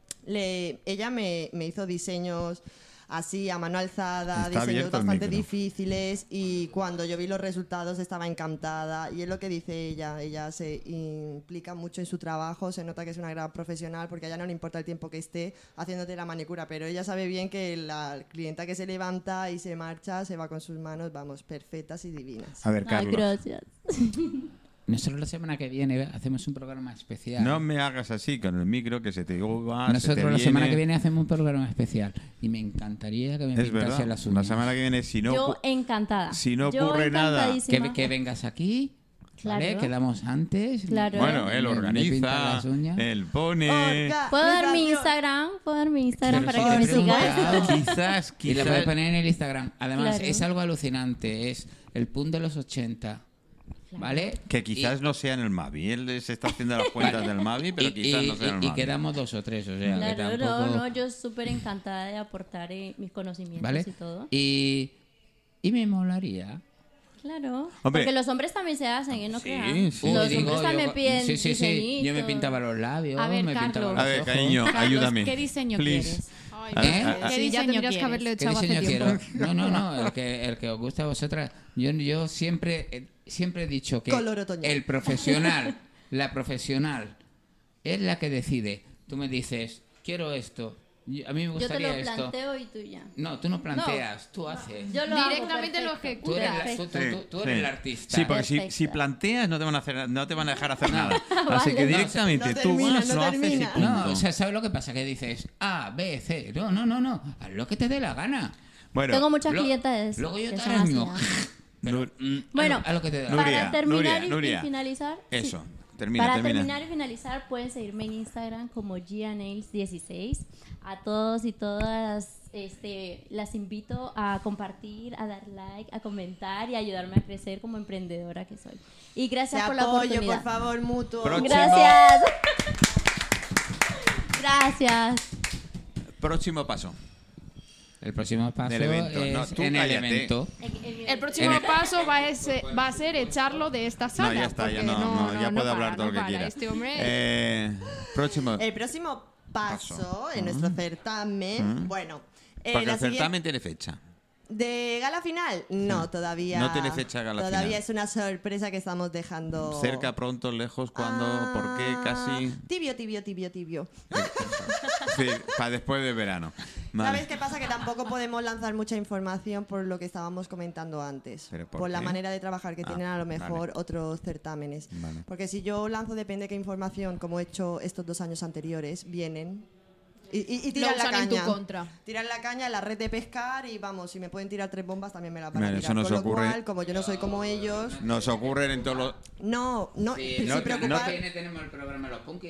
Speaker 3: ella me hizo diseños así a mano alzada, diseños bastante difíciles, y cuando yo vi los resultados estaba encantada. Y es lo que dice ella se implica mucho en su trabajo, se nota que es una gran profesional, porque a ella no le importa el tiempo que esté haciéndote la manicura, pero ella sabe bien que la clienta que se levanta y se marcha se va con sus manos, vamos, perfectas y divinas.
Speaker 1: A ver, Carlos.
Speaker 8: Gracias.
Speaker 7: Nosotros la semana que viene hacemos un programa especial.
Speaker 1: No me hagas así con el micro, que se te va.
Speaker 7: Nosotros la semana que viene hacemos un programa especial y me encantaría que me pintase las uñas.
Speaker 1: La semana que viene, si no,
Speaker 8: yo encantada.
Speaker 1: Si no ocurre nada,
Speaker 7: que vengas aquí.
Speaker 8: Claro.
Speaker 7: ¿Vale? Quedamos antes.
Speaker 8: Claro.
Speaker 1: Bueno, él organiza, él pone.
Speaker 8: ¿Puedo dar mi Instagram? Para que me sigáis?
Speaker 1: Quizás.
Speaker 7: Y lo puedes poner en el Instagram. Además, es algo alucinante. Es el PUN de los 80. ¿Vale?
Speaker 1: Que quizás no sea en el Mavi. Él se está haciendo las cuentas del Mavi, pero quizás no sea en el Mavi.
Speaker 7: Y quedamos 2 o 3, o sea,
Speaker 8: claro,
Speaker 7: que tampoco...
Speaker 8: no, yo súper encantada de aportar mis conocimientos, ¿vale? Y todo.
Speaker 7: Y me molaría.
Speaker 8: Claro,
Speaker 1: hombre,
Speaker 8: porque los hombres también se hacen, ¿no?
Speaker 1: Sí,
Speaker 8: sí. Los hombres también piden
Speaker 7: sí. Yo me pintaba los labios,
Speaker 2: a ver,
Speaker 7: me
Speaker 2: Carlos.
Speaker 7: pintaba los ojos.
Speaker 1: A ver, cariño,
Speaker 2: Carlos,
Speaker 1: ayúdame.
Speaker 2: ¿qué diseño quieres?
Speaker 5: ¿Qué diseño quieres? Que haberlo echado hace
Speaker 7: quiero? No, el que os gusta a vosotras. Yo siempre he dicho que el profesional, la profesional, es la que decide. Tú me dices, quiero esto. A mí me gustaría esto.
Speaker 8: Yo te lo planteo y tú ya.
Speaker 7: No, tú no planteas, tú haces.
Speaker 8: Yo lo
Speaker 5: directamente
Speaker 8: hago,
Speaker 5: lo ejecutas.
Speaker 7: Tú eres el artista.
Speaker 1: Sí, porque si planteas no te van a dejar hacer nada. Así que directamente tú lo haces y punto.
Speaker 7: No, o sea, ¿sabes lo que pasa? Que dices A, B, C. No. Haz lo que te dé la gana.
Speaker 8: Bueno, tengo muchas clientas.
Speaker 7: Luego yo te haré el mío.
Speaker 8: Bueno,
Speaker 7: a lo que te da.
Speaker 8: Para terminar y finalizar.
Speaker 1: Eso.
Speaker 8: Sí.
Speaker 1: Termina.
Speaker 8: Terminar y finalizar, pueden seguirme en Instagram como GiaNails16. A todos y todas las invito a compartir, a dar like, a comentar y a ayudarme a crecer como emprendedora que soy. Y gracias por la oportunidad.
Speaker 3: Por favor, mutuo.
Speaker 8: Gracias. Gracias.
Speaker 1: Próximo paso.
Speaker 7: El próximo paso
Speaker 1: del evento.
Speaker 7: es en el evento.
Speaker 5: El próximo paso va a ser echarlo de esta sala.
Speaker 1: No, ya está, ya puede hablar todo lo que quiera.
Speaker 5: Este hombre...
Speaker 3: El próximo paso en nuestro certamen, bueno...
Speaker 1: Porque el certamen tiene fecha.
Speaker 3: ¿De gala final? No, todavía.
Speaker 1: No tiene fecha gala final.
Speaker 3: Todavía es una sorpresa que estamos dejando.
Speaker 1: ¿Cerca, pronto, lejos, cuándo, por qué, casi?
Speaker 3: Tibio.
Speaker 1: Sí, para después de verano. Vale.
Speaker 3: ¿Sabes qué pasa? Que tampoco podemos lanzar mucha información por lo que estábamos comentando antes.
Speaker 1: ¿Por
Speaker 3: la manera de trabajar que tienen a lo mejor otros certámenes.
Speaker 1: Vale.
Speaker 3: Porque si yo lanzo, depende de qué información, como he hecho estos 2 años anteriores, vienen... Y tiran la caña.
Speaker 5: En tu contra.
Speaker 3: Tiran la caña en la red de pescar y vamos, si me pueden tirar 3 bombas también me las van a tirar.
Speaker 1: Eso nos
Speaker 3: con
Speaker 1: ocurre.
Speaker 3: Lo cual, como yo no soy como ellos...
Speaker 1: Nos ocurren en todos los...
Speaker 3: No,
Speaker 7: tenemos el programa Los Punky.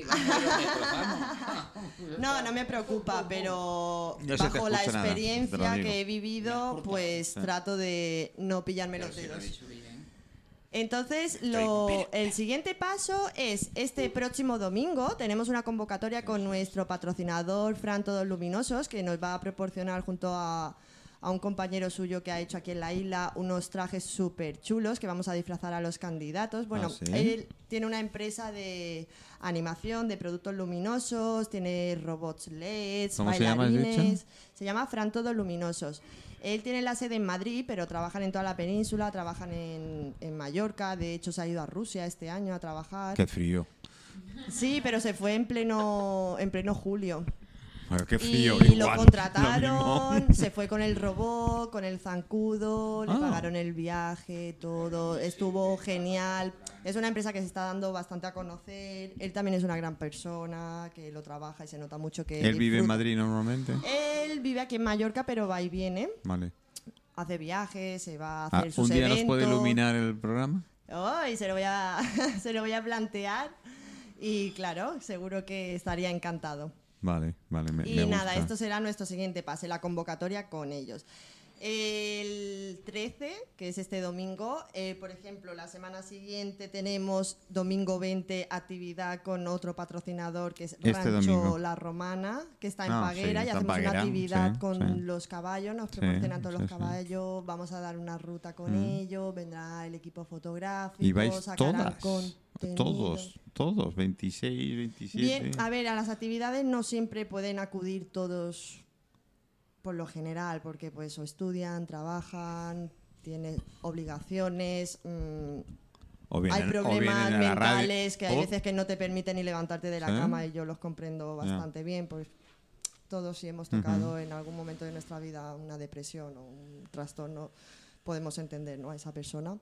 Speaker 3: No me preocupa, pero bajo la experiencia que he vivido, pues trato de no pillarme los dedos. Entonces, el siguiente paso es este próximo domingo. Tenemos una convocatoria con nuestro patrocinador Fran Todos Luminosos, que nos va a proporcionar junto a un compañero suyo que ha hecho aquí en la isla unos trajes súper chulos que vamos a disfrazar a los candidatos. Bueno,
Speaker 1: ¿sí?
Speaker 3: Él tiene una empresa de animación de productos luminosos, tiene robots LEDs, bailarines. Se llama Fran Todos Luminosos. Él tiene la sede en Madrid, pero trabajan en toda la península, trabajan en Mallorca. De hecho, se ha ido a Rusia este año a trabajar.
Speaker 1: Qué frío.
Speaker 3: Sí, pero se fue en pleno julio.
Speaker 1: Bueno, qué frío.
Speaker 3: Y lo contrataron, se fue con el robot, con el zancudo, le pagaron el viaje, todo. Estuvo genial. Es una empresa que se está dando bastante a conocer. Él también es una gran persona, que lo trabaja y se nota mucho que...
Speaker 1: ¿Él vive en Madrid normalmente?
Speaker 3: Él vive aquí en Mallorca, pero va y viene.
Speaker 1: Vale.
Speaker 3: Hace viajes, se va a hacer sus
Speaker 1: ¿Un día
Speaker 3: eventos.
Speaker 1: nos puede iluminar el programa?
Speaker 3: Y se lo voy a plantear. Y claro, seguro que estaría encantado.
Speaker 1: Vale, me
Speaker 3: nada,
Speaker 1: gusta.
Speaker 3: esto será nuestro siguiente pase, la convocatoria con ellos. El 13, que es este domingo, por ejemplo, la semana siguiente tenemos domingo 20 actividad con otro patrocinador que es Rancho
Speaker 1: domingo.
Speaker 3: La Romana, que está en Paguera, y hacemos una actividad con los caballos, nos proporcionan todos los caballos, vamos a dar una ruta con ellos, vendrá el equipo fotográfico,
Speaker 1: ¿y vais
Speaker 3: sacarán
Speaker 1: todos, 26, 27?
Speaker 3: Bien, a ver, a las actividades no siempre pueden acudir todos por lo general, porque pues o estudian, trabajan, tienen obligaciones, hay problemas mentales que hay veces que no te permiten ni levantarte de la cama, y yo los comprendo bastante bien, pues todos si hemos tocado en algún momento de nuestra vida una depresión o un trastorno, podemos entender, ¿no?, a esa persona.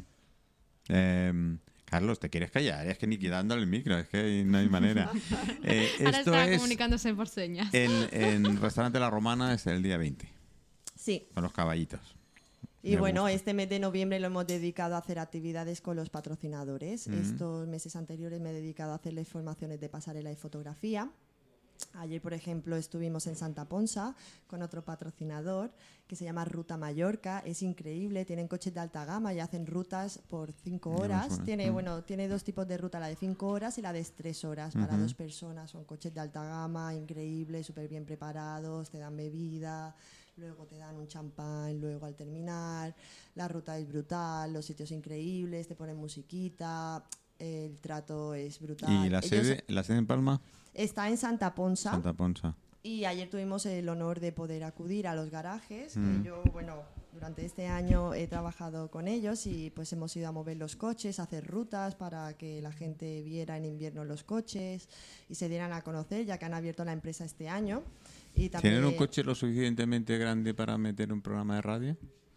Speaker 1: Carlos, ¿te quieres callar? Es que ni quitándole el micro, es que no hay manera.
Speaker 5: Ahora está comunicándose por señas.
Speaker 1: En Restaurante La Romana es el día 20.
Speaker 3: Sí.
Speaker 1: Con los caballitos.
Speaker 3: Y bueno, este mes de noviembre lo hemos dedicado a hacer actividades con los patrocinadores. Estos meses anteriores me he dedicado a hacerles formaciones de pasarela y fotografía. Ayer, por ejemplo, estuvimos en Santa Ponsa con otro patrocinador que se llama Ruta Mallorca. Es increíble, tienen coches de alta gama y hacen rutas por 5 horas. Tiene dos tipos de ruta, la de 5 horas y la de 3 horas para 2 personas. Son coches de alta gama, increíbles, súper bien preparados, te dan bebida, luego te dan un champán, luego al terminar. La ruta es brutal, los sitios increíbles, te ponen musiquita, el trato es brutal.
Speaker 1: ¿Y la sede en Palma?
Speaker 3: Está en Santa Ponsa.
Speaker 1: Santa Ponsa.
Speaker 3: Y ayer tuvimos el honor de poder acudir a los garajes, que yo, durante este año he trabajado con ellos y pues hemos ido a mover los coches, a hacer rutas para que la gente viera en invierno los coches y se dieran a conocer, ya que han abierto la empresa este año. Y también...
Speaker 1: ¿Tienen un coche lo suficientemente grande para meter un programa de radio?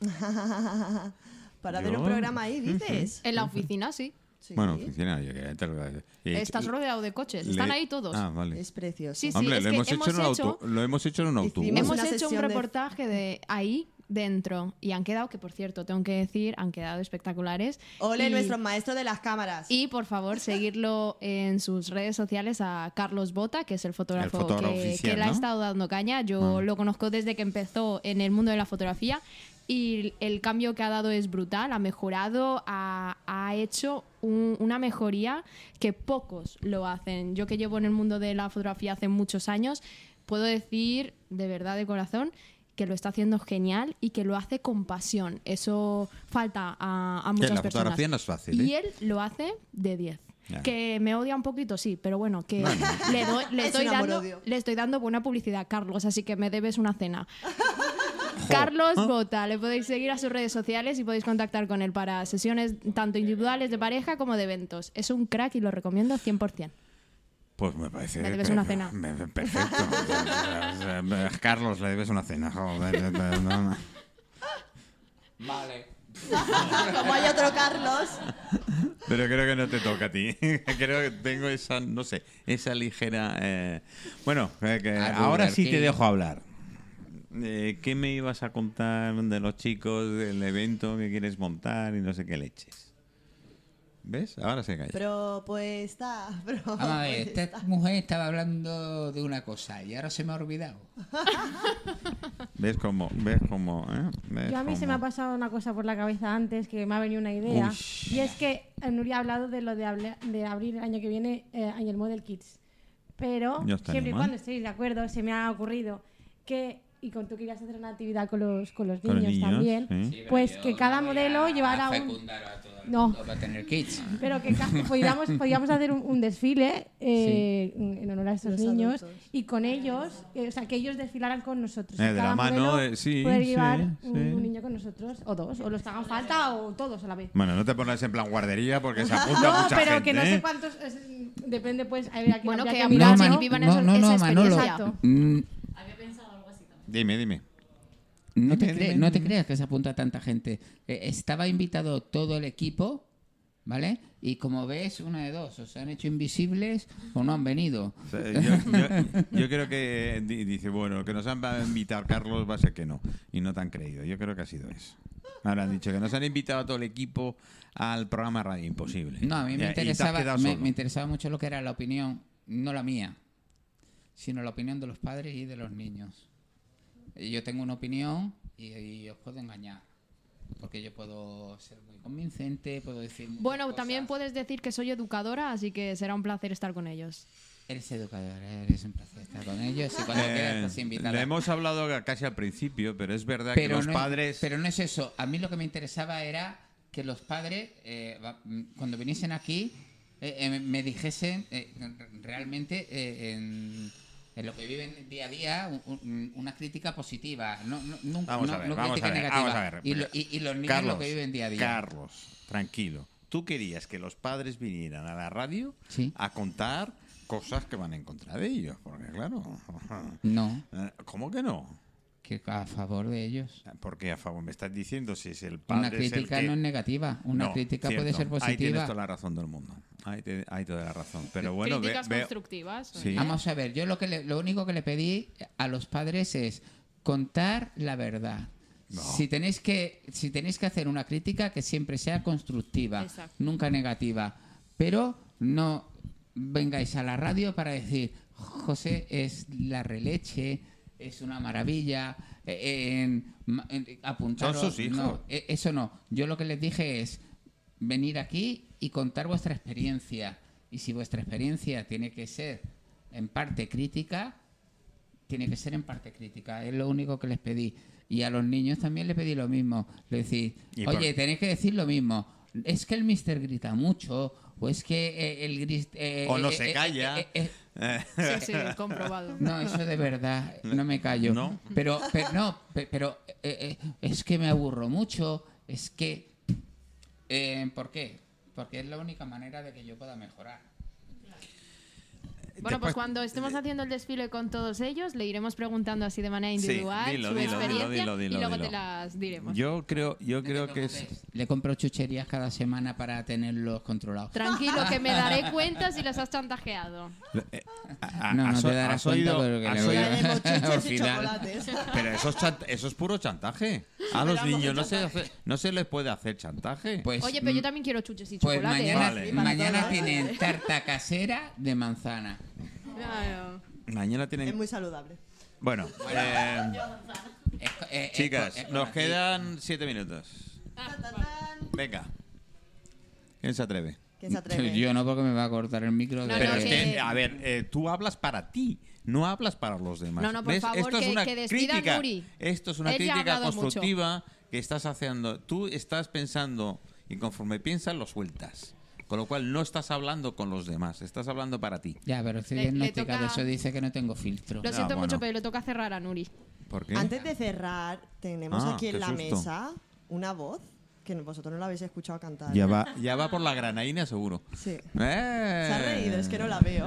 Speaker 3: ¿Para ver un programa ahí, dices?
Speaker 5: En la oficina, sí.
Speaker 3: Sí.
Speaker 1: Bueno, oficina,
Speaker 5: estás rodeado de coches, están ahí todos.
Speaker 1: Ah, vale.
Speaker 3: Es precioso.
Speaker 5: Sí,
Speaker 1: hombre,
Speaker 5: es
Speaker 1: lo hemos hecho en un autobús.
Speaker 5: Hemos hecho un reportaje de ahí dentro y han quedado, que por cierto, tengo que decir, han quedado espectaculares.
Speaker 3: Ole, nuestro maestro de las cámaras.
Speaker 5: Y por favor, seguirlo en sus redes sociales a Carlos Bota, que es el fotógrafo que
Speaker 1: oficial,
Speaker 5: le ha estado dando caña. Yo lo conozco desde que empezó en el mundo de la fotografía y el cambio que ha dado es brutal, ha mejorado, ha hecho una mejoría que pocos lo hacen. Yo que llevo en el mundo de la fotografía hace muchos años, puedo decir de verdad, de corazón, que lo está haciendo genial y que lo hace con pasión. Eso falta a muchas personas.
Speaker 1: La fotografía no es fácil,
Speaker 5: Y él lo hace de 10. Ya. Que me odia un poquito, sí, pero bueno, que le estoy dando buena publicidad, Carlos, así que me debes una cena. Carlos Bota, le podéis seguir a sus redes sociales y podéis contactar con él para sesiones tanto individuales de pareja como de eventos. Es un crack y lo recomiendo 100%.
Speaker 1: Pues me parece...
Speaker 5: Le debes una cena.
Speaker 1: Perfecto. Carlos, le debes una cena. Joder, no.
Speaker 7: Vale.
Speaker 3: Como hay otro Carlos.
Speaker 1: Pero creo que no te toca a ti. Creo que tengo esa, no sé, esa ligera... Bueno, ahora sí te dejo hablar. ¿Qué me ibas a contar de los chicos, del evento que quieres montar y no sé qué leches? ¿Ves? Ahora se calla.
Speaker 3: Propuesta.
Speaker 7: Vamos a ver, esta mujer estaba hablando de una cosa y ahora se me ha olvidado.
Speaker 1: ¿Ves cómo?
Speaker 4: Yo a mí se me ha pasado una cosa por la cabeza antes, que me ha venido una idea. Y es que Nuria ha hablado de lo de abrir el año que viene Angel Model Kids. Pero siempre y cuando estéis de acuerdo, se me ha ocurrido que... Y con tú querías hacer una actividad con los niños también, sí, pues que cada modelo llevara
Speaker 7: no va a tener kids.
Speaker 4: Pero que podíamos hacer un desfile en honor a estos niños adultos. Y con ellos, o sea, que ellos desfilaran con nosotros.
Speaker 1: De
Speaker 4: cada
Speaker 1: la mano,
Speaker 4: poder llevar un niño con nosotros, o dos, o los que hagan falta, o todos a la vez.
Speaker 1: Bueno, no te pongas en plan guardería porque se apunta mucha gente.
Speaker 4: No, pero que no sé cuántos, depende pues, a ver, aquí
Speaker 5: bueno, que
Speaker 4: vivan
Speaker 5: esa experiencia.
Speaker 4: Exacto.
Speaker 1: Dime.
Speaker 7: No te creas que se apunta tanta gente. Estaba invitado todo el equipo, ¿vale? Y como ves, una de dos, o se han hecho invisibles o no han venido.
Speaker 1: O sea, yo creo que dice, bueno, que nos han invitado Carlos va a ser que no. Y no te han creído. Yo creo que ha sido eso. Ahora han dicho que nos han invitado a todo el equipo al programa Radio Imposible.
Speaker 7: No, a mí me interesaba mucho lo que era la opinión, no la mía, sino la opinión de los padres y de los niños. yo tengo una opinión y os puedo engañar. Porque yo puedo ser muy convincente, puedo decir muchas cosas.
Speaker 5: También puedes decir que soy educadora, así que será un placer estar con ellos.
Speaker 7: Eres educadora, eres un placer estar con ellos y cuando quieras pues invitar.
Speaker 1: Le hemos hablado casi al principio, pero es verdad que los padres...
Speaker 7: Pero no es eso. A mí lo que me interesaba era que los padres, cuando viniesen aquí, me dijesen realmente en lo que viven día a día una crítica positiva, nunca crítica negativa. Y los niños
Speaker 1: Carlos,
Speaker 7: lo que viven día a día.
Speaker 1: Carlos, tranquilo. ¿Tú querías que los padres vinieran a la radio a contar cosas que van en contra de ellos? Porque claro...
Speaker 7: No.
Speaker 1: ¿Cómo que no?
Speaker 7: Que a favor de ellos.
Speaker 1: ¿Por qué a favor? Me estás diciendo si es el padre...
Speaker 7: Una crítica no es negativa. Una crítica puede ser positiva.
Speaker 1: Ahí tienes toda la razón del mundo. Ahí toda la razón. Pero bueno,
Speaker 5: críticas constructivas.
Speaker 1: Sí.
Speaker 7: Vamos a ver, yo lo único que le pedí a los padres es contar la verdad. No. Si tenéis que hacer una crítica, que siempre sea constructiva, nunca negativa. Pero no vengáis a la radio para decir José es la releche, es una maravilla, apuntaros.
Speaker 1: Son sus hijos.
Speaker 7: No, eso no. Yo lo que les dije es venir aquí y contar vuestra experiencia. Y si vuestra experiencia tiene que ser en parte crítica, tiene que ser en parte crítica. Es lo único que les pedí. Y a los niños también les pedí lo mismo. Les decís, oye, tenéis que decir lo mismo. Es que el mister grita mucho, o es que el gris...
Speaker 1: o no se calla.
Speaker 5: Sí, comprobado.
Speaker 7: No, eso de verdad, no me callo. ¿No? Pero es que me aburro mucho, es que... ¿Por qué? Porque es la única manera de que yo pueda mejorar.
Speaker 5: Bueno, pues cuando estemos haciendo el desfile con todos ellos, le iremos preguntando así de manera individual su experiencia y luego te las diremos.
Speaker 1: Yo creo que es...
Speaker 7: Le compro chucherías cada semana para tenerlos controlados.
Speaker 5: Tranquilo, que me daré cuenta si las has chantajeado.
Speaker 7: No te darás cuenta, pero que le voy a...
Speaker 3: al final.
Speaker 1: Pero eso es puro chantaje. A los niños no se les puede hacer chantaje.
Speaker 5: Pues, oye, pero yo también quiero chuches y chocolate.
Speaker 7: Pues mañana tienen tarta casera de manzana.
Speaker 1: Mañana tienen...
Speaker 3: Es muy saludable.
Speaker 1: Bueno, chicas, nos quedan 7 minutos. Venga. ¿Quién se atreve?
Speaker 7: Yo no, porque me va a cortar el micro.
Speaker 1: Pero es que, a ver, tú hablas para ti, no hablas para los demás.
Speaker 5: No, por favor,
Speaker 1: esto es una
Speaker 5: que despida
Speaker 1: crítica,
Speaker 5: Nuri.
Speaker 1: Esto es una crítica constructiva que estás haciendo. Tú estás pensando y conforme piensas lo sueltas. Con lo cual no estás hablando con los demás, estás hablando para ti.
Speaker 7: Ya, pero estoy diagnosticado, eso dice que no tengo filtro.
Speaker 5: Lo siento mucho, pero le toca cerrar a Nuri.
Speaker 1: ¿Por qué?
Speaker 3: Antes de cerrar, tenemos aquí en la mesa una voz que vosotros no la habéis escuchado cantar.
Speaker 1: Ya va por la granaína, seguro.
Speaker 3: Sí. Se ha reído, es que no la veo.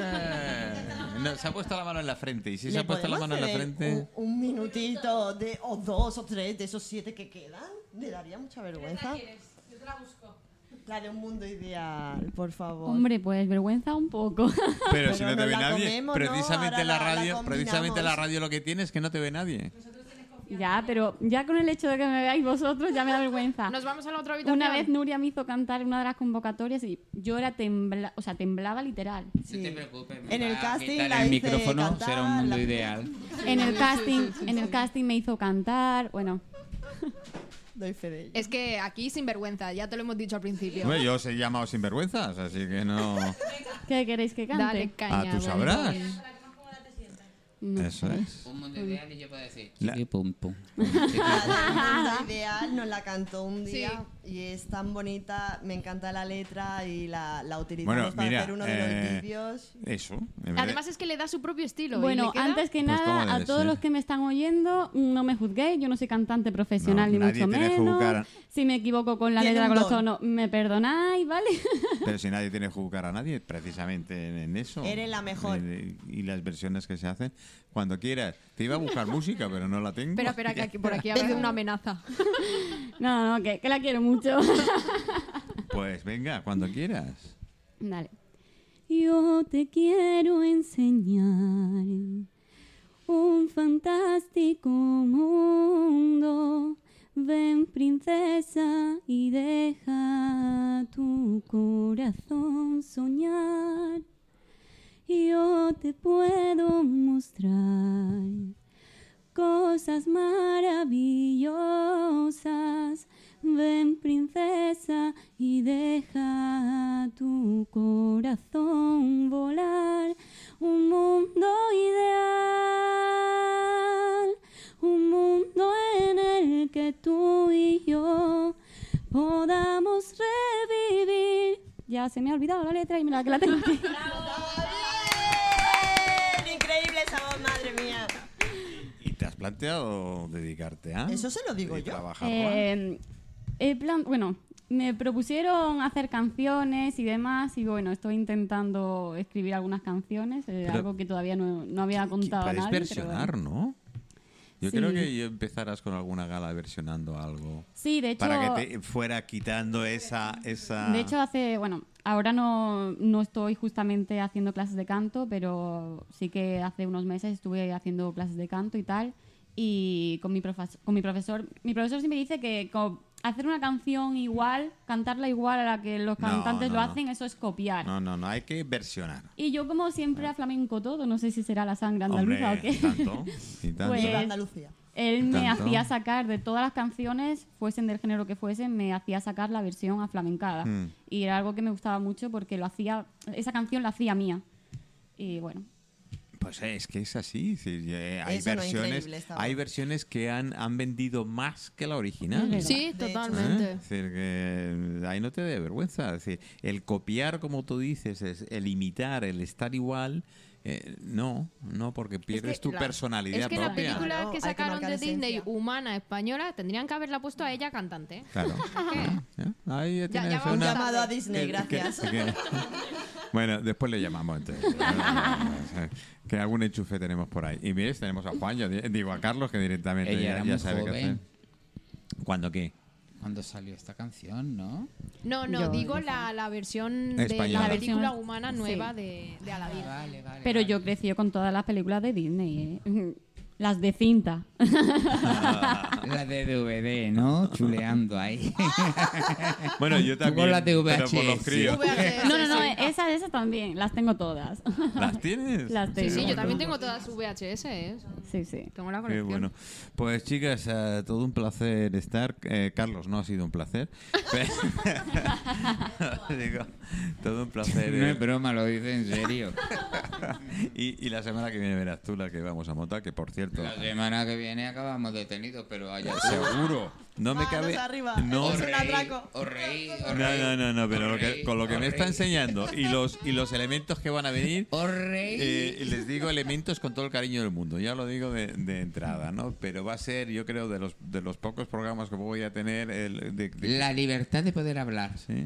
Speaker 1: No, se ha puesto la mano en la frente. Y si se ha puesto la mano en la frente...
Speaker 3: Un minutito o 2 o 3 de esos 7 que quedan. Le daría mucha vergüenza.
Speaker 4: Yo te la busco.
Speaker 3: La de un mundo ideal, por favor.
Speaker 2: Hombre, pues vergüenza un poco.
Speaker 1: Pero si no te ve nadie. Precisamente la radio lo que tiene es que no te ve nadie.
Speaker 2: Ya, pero ya con el hecho de que me veáis vosotros ya me da vergüenza.
Speaker 5: Nos vamos a la otra habitación.
Speaker 2: Una vez Nuria me hizo cantar una de las convocatorias y yo temblaba literal.
Speaker 7: Sí. No te preocupes.
Speaker 3: En el casting
Speaker 7: el micrófono será un mundo ideal.
Speaker 2: En el casting me hizo cantar, bueno.
Speaker 3: Doy fe de ello.
Speaker 5: Es que aquí sinvergüenza, ya te lo hemos dicho al principio.
Speaker 1: Bueno, yo os he llamado sinvergüenzas, así que no...
Speaker 2: ¿Qué queréis que cante?
Speaker 5: Dale caña.
Speaker 1: Tú sabrás.
Speaker 2: No.
Speaker 1: Eso es.
Speaker 7: Un mundo ideal y yo puedo decir chiqui pum pum.
Speaker 3: El mundo ideal nos la cantó un día y es tan bonita, me encanta la letra y la utilizamos para hacer uno de los vídeos.
Speaker 1: Eso.
Speaker 5: Además es que le da su propio estilo.
Speaker 2: Bueno, antes que nada, a todos los que me están oyendo, no me juzguéis, yo no soy cantante profesional ni mucho menos. Si me equivoco con la letra, con los tonos, me perdonáis, ¿vale?
Speaker 1: Pero si nadie tiene que juzgar a nadie, precisamente en eso.
Speaker 3: Eres la mejor.
Speaker 1: Y las versiones que se hacen, cuando quieras. Te iba a buscar música, pero no la tengo.
Speaker 5: Espera, que por aquí hace una amenaza.
Speaker 2: No, que la quiero mucho.
Speaker 1: Pues venga, cuando quieras.
Speaker 2: Dale. Yo te quiero enseñar un fantástico mundo. Ven, princesa, y deja tu corazón soñar. Yo te puedo mostrar cosas cosas maravillosas. Ven, princesa, y deja tu corazón volar. Un mundo ideal, un mundo en el que tú y yo podamos revivir. Ya se me ha olvidado la letra y mira que la tengo aquí.
Speaker 3: Increíble esa voz, madre mía.
Speaker 1: ¿Y te has planteado dedicarte a?
Speaker 3: Eso se lo digo yo.
Speaker 2: Bueno, me propusieron hacer canciones y demás y bueno, estoy intentando escribir algunas canciones, algo que todavía no había contado a nadie.
Speaker 1: Puedes versionar,
Speaker 2: bueno.
Speaker 1: ¿no? Yo
Speaker 2: Sí.
Speaker 1: creo que empezarás con alguna gala versionando algo.
Speaker 2: Sí, de hecho...
Speaker 1: Para que te fuera quitando esa...
Speaker 2: De hecho, ahora no estoy justamente haciendo clases de canto, pero sí que hace unos meses estuve haciendo clases de canto y tal. Y con mi profesor siempre dice que hacer una canción igual, cantarla igual a la que los cantantes lo hacen, eso es copiar.
Speaker 1: No, hay que versionar.
Speaker 2: Y yo como siempre a flamenco todo, no sé si será la sangre andaluza o qué.
Speaker 1: Tanto, y tanto.
Speaker 2: Pues,
Speaker 3: Andalucía.
Speaker 2: Él me hacía sacar de todas las canciones, fuesen del género que fuesen, me hacía sacar la versión aflamencada. Y era algo que me gustaba mucho porque esa canción la hacía mía. Y bueno.
Speaker 1: Pues es que es así. Sí, hay versiones que han vendido más que la original.
Speaker 5: Sí, totalmente.
Speaker 1: Es decir, que ahí no te dé vergüenza. Es decir, el copiar, como tú dices, el imitar, el estar igual. No, porque pierdes tu personalidad propia.
Speaker 5: Es que la película que sacaron de Disney, humana, española, tendrían que haberla puesto a ella cantante.
Speaker 1: Claro. Ahí tienes
Speaker 3: un llamado a Disney, gracias.
Speaker 1: Bueno, después le llamamos entonces. Que algún enchufe tenemos por ahí. Y ves, tenemos a Juan, a Carlos, que directamente
Speaker 7: ella
Speaker 1: ya sabe qué hacer. ¿Cuándo qué?
Speaker 7: Cuando salió esta canción, ¿no?
Speaker 5: No, digo la versión
Speaker 1: española.
Speaker 5: de la película humana nueva de Aladdin.
Speaker 7: Vale.
Speaker 2: Pero yo crecí con todas las películas de Disney, las de cinta.
Speaker 7: La de DVD, ¿no? Chuleando ahí.
Speaker 1: Bueno, yo también.
Speaker 7: Con las de VHS.
Speaker 1: Pero por los críos.
Speaker 2: No, esas también, las tengo todas.
Speaker 1: ¿Las tienes?
Speaker 2: Las tengo.
Speaker 5: Sí, yo también tengo todas sus VHS.
Speaker 2: Sí.
Speaker 5: Tengo la
Speaker 1: Qué
Speaker 5: colección.
Speaker 1: bueno. Pues chicas, todo un placer estar. Carlos, no ha sido un placer. Digo, todo un placer.
Speaker 7: No es broma, lo dice en serio.
Speaker 1: Y la semana que viene verás tú la que vamos a montar, que por cierto.
Speaker 7: La semana que viene acabamos detenidos, pero allá
Speaker 1: seguro. No me cabe.
Speaker 3: No,
Speaker 1: es
Speaker 3: un atraco.
Speaker 7: Os reí.
Speaker 1: No, pero con lo que me está enseñando y los elementos que van a venir, les digo elementos con todo el cariño del mundo. Ya lo digo de entrada, ¿no? Pero va a ser, yo creo, de los pocos programas que voy a tener
Speaker 7: la libertad de poder hablar.
Speaker 1: Sí.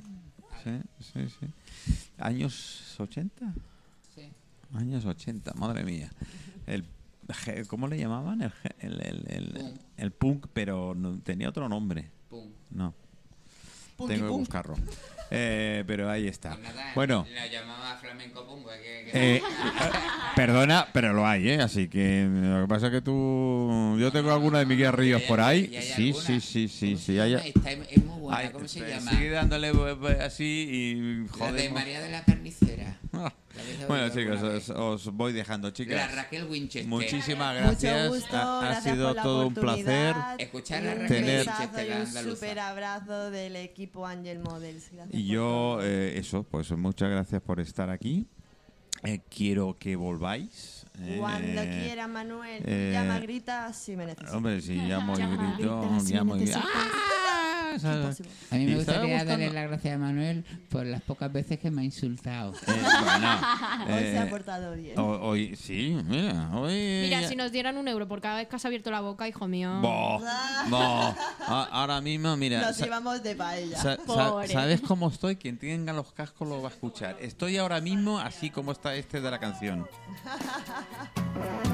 Speaker 1: ¿Años 80?
Speaker 7: Sí.
Speaker 1: Años 80, madre mía. ¿Cómo le llamaban? El punk, pero no, tenía otro nombre.
Speaker 7: Punk.
Speaker 1: No. Tengo que buscarlo. Pero ahí está.
Speaker 7: Pues nada,
Speaker 1: bueno.
Speaker 7: La llamaba flamenco punk.
Speaker 1: Perdona, pero lo hay, ¿eh? Así que lo que pasa es que yo tengo alguna de Miguel Ríos por ahí. Sí.
Speaker 7: Es muy buena. ¿Cómo se llama?
Speaker 1: Sigue dándole así y joder.
Speaker 7: La de María de la Carnicera.
Speaker 1: Bueno, chicos, os voy dejando, chicas.
Speaker 7: La Raquel Winchester.
Speaker 1: Muchísimas gracias.
Speaker 3: Mucho gusto,
Speaker 1: ha sido todo un placer.
Speaker 7: Escuchar la Raquel
Speaker 1: tener
Speaker 7: Winchester, la
Speaker 3: un
Speaker 7: andaluza.
Speaker 3: súper abrazo del equipo Angel Models. Gracias
Speaker 1: Y yo, pues muchas gracias por estar aquí. Quiero que volváis.
Speaker 3: Cuando quiera, Manuel. Llama, grita, si me necesitas.
Speaker 1: Hombre, si llamo y grito, llamo y grito.
Speaker 7: A mí me gustaría darle las gracias a Manuel por las pocas veces que me ha insultado.
Speaker 3: Hoy se ha portado bien.
Speaker 1: Hoy, sí, mira.
Speaker 5: Mira, si nos dieran €1 por cada vez que has abierto la boca, hijo mío.
Speaker 1: Ahora mismo, mira.
Speaker 3: Nos íbamos de paella.
Speaker 1: ¿Sabes cómo estoy? Quien tenga los cascos lo va a escuchar. Estoy ahora mismo así como está este de la canción.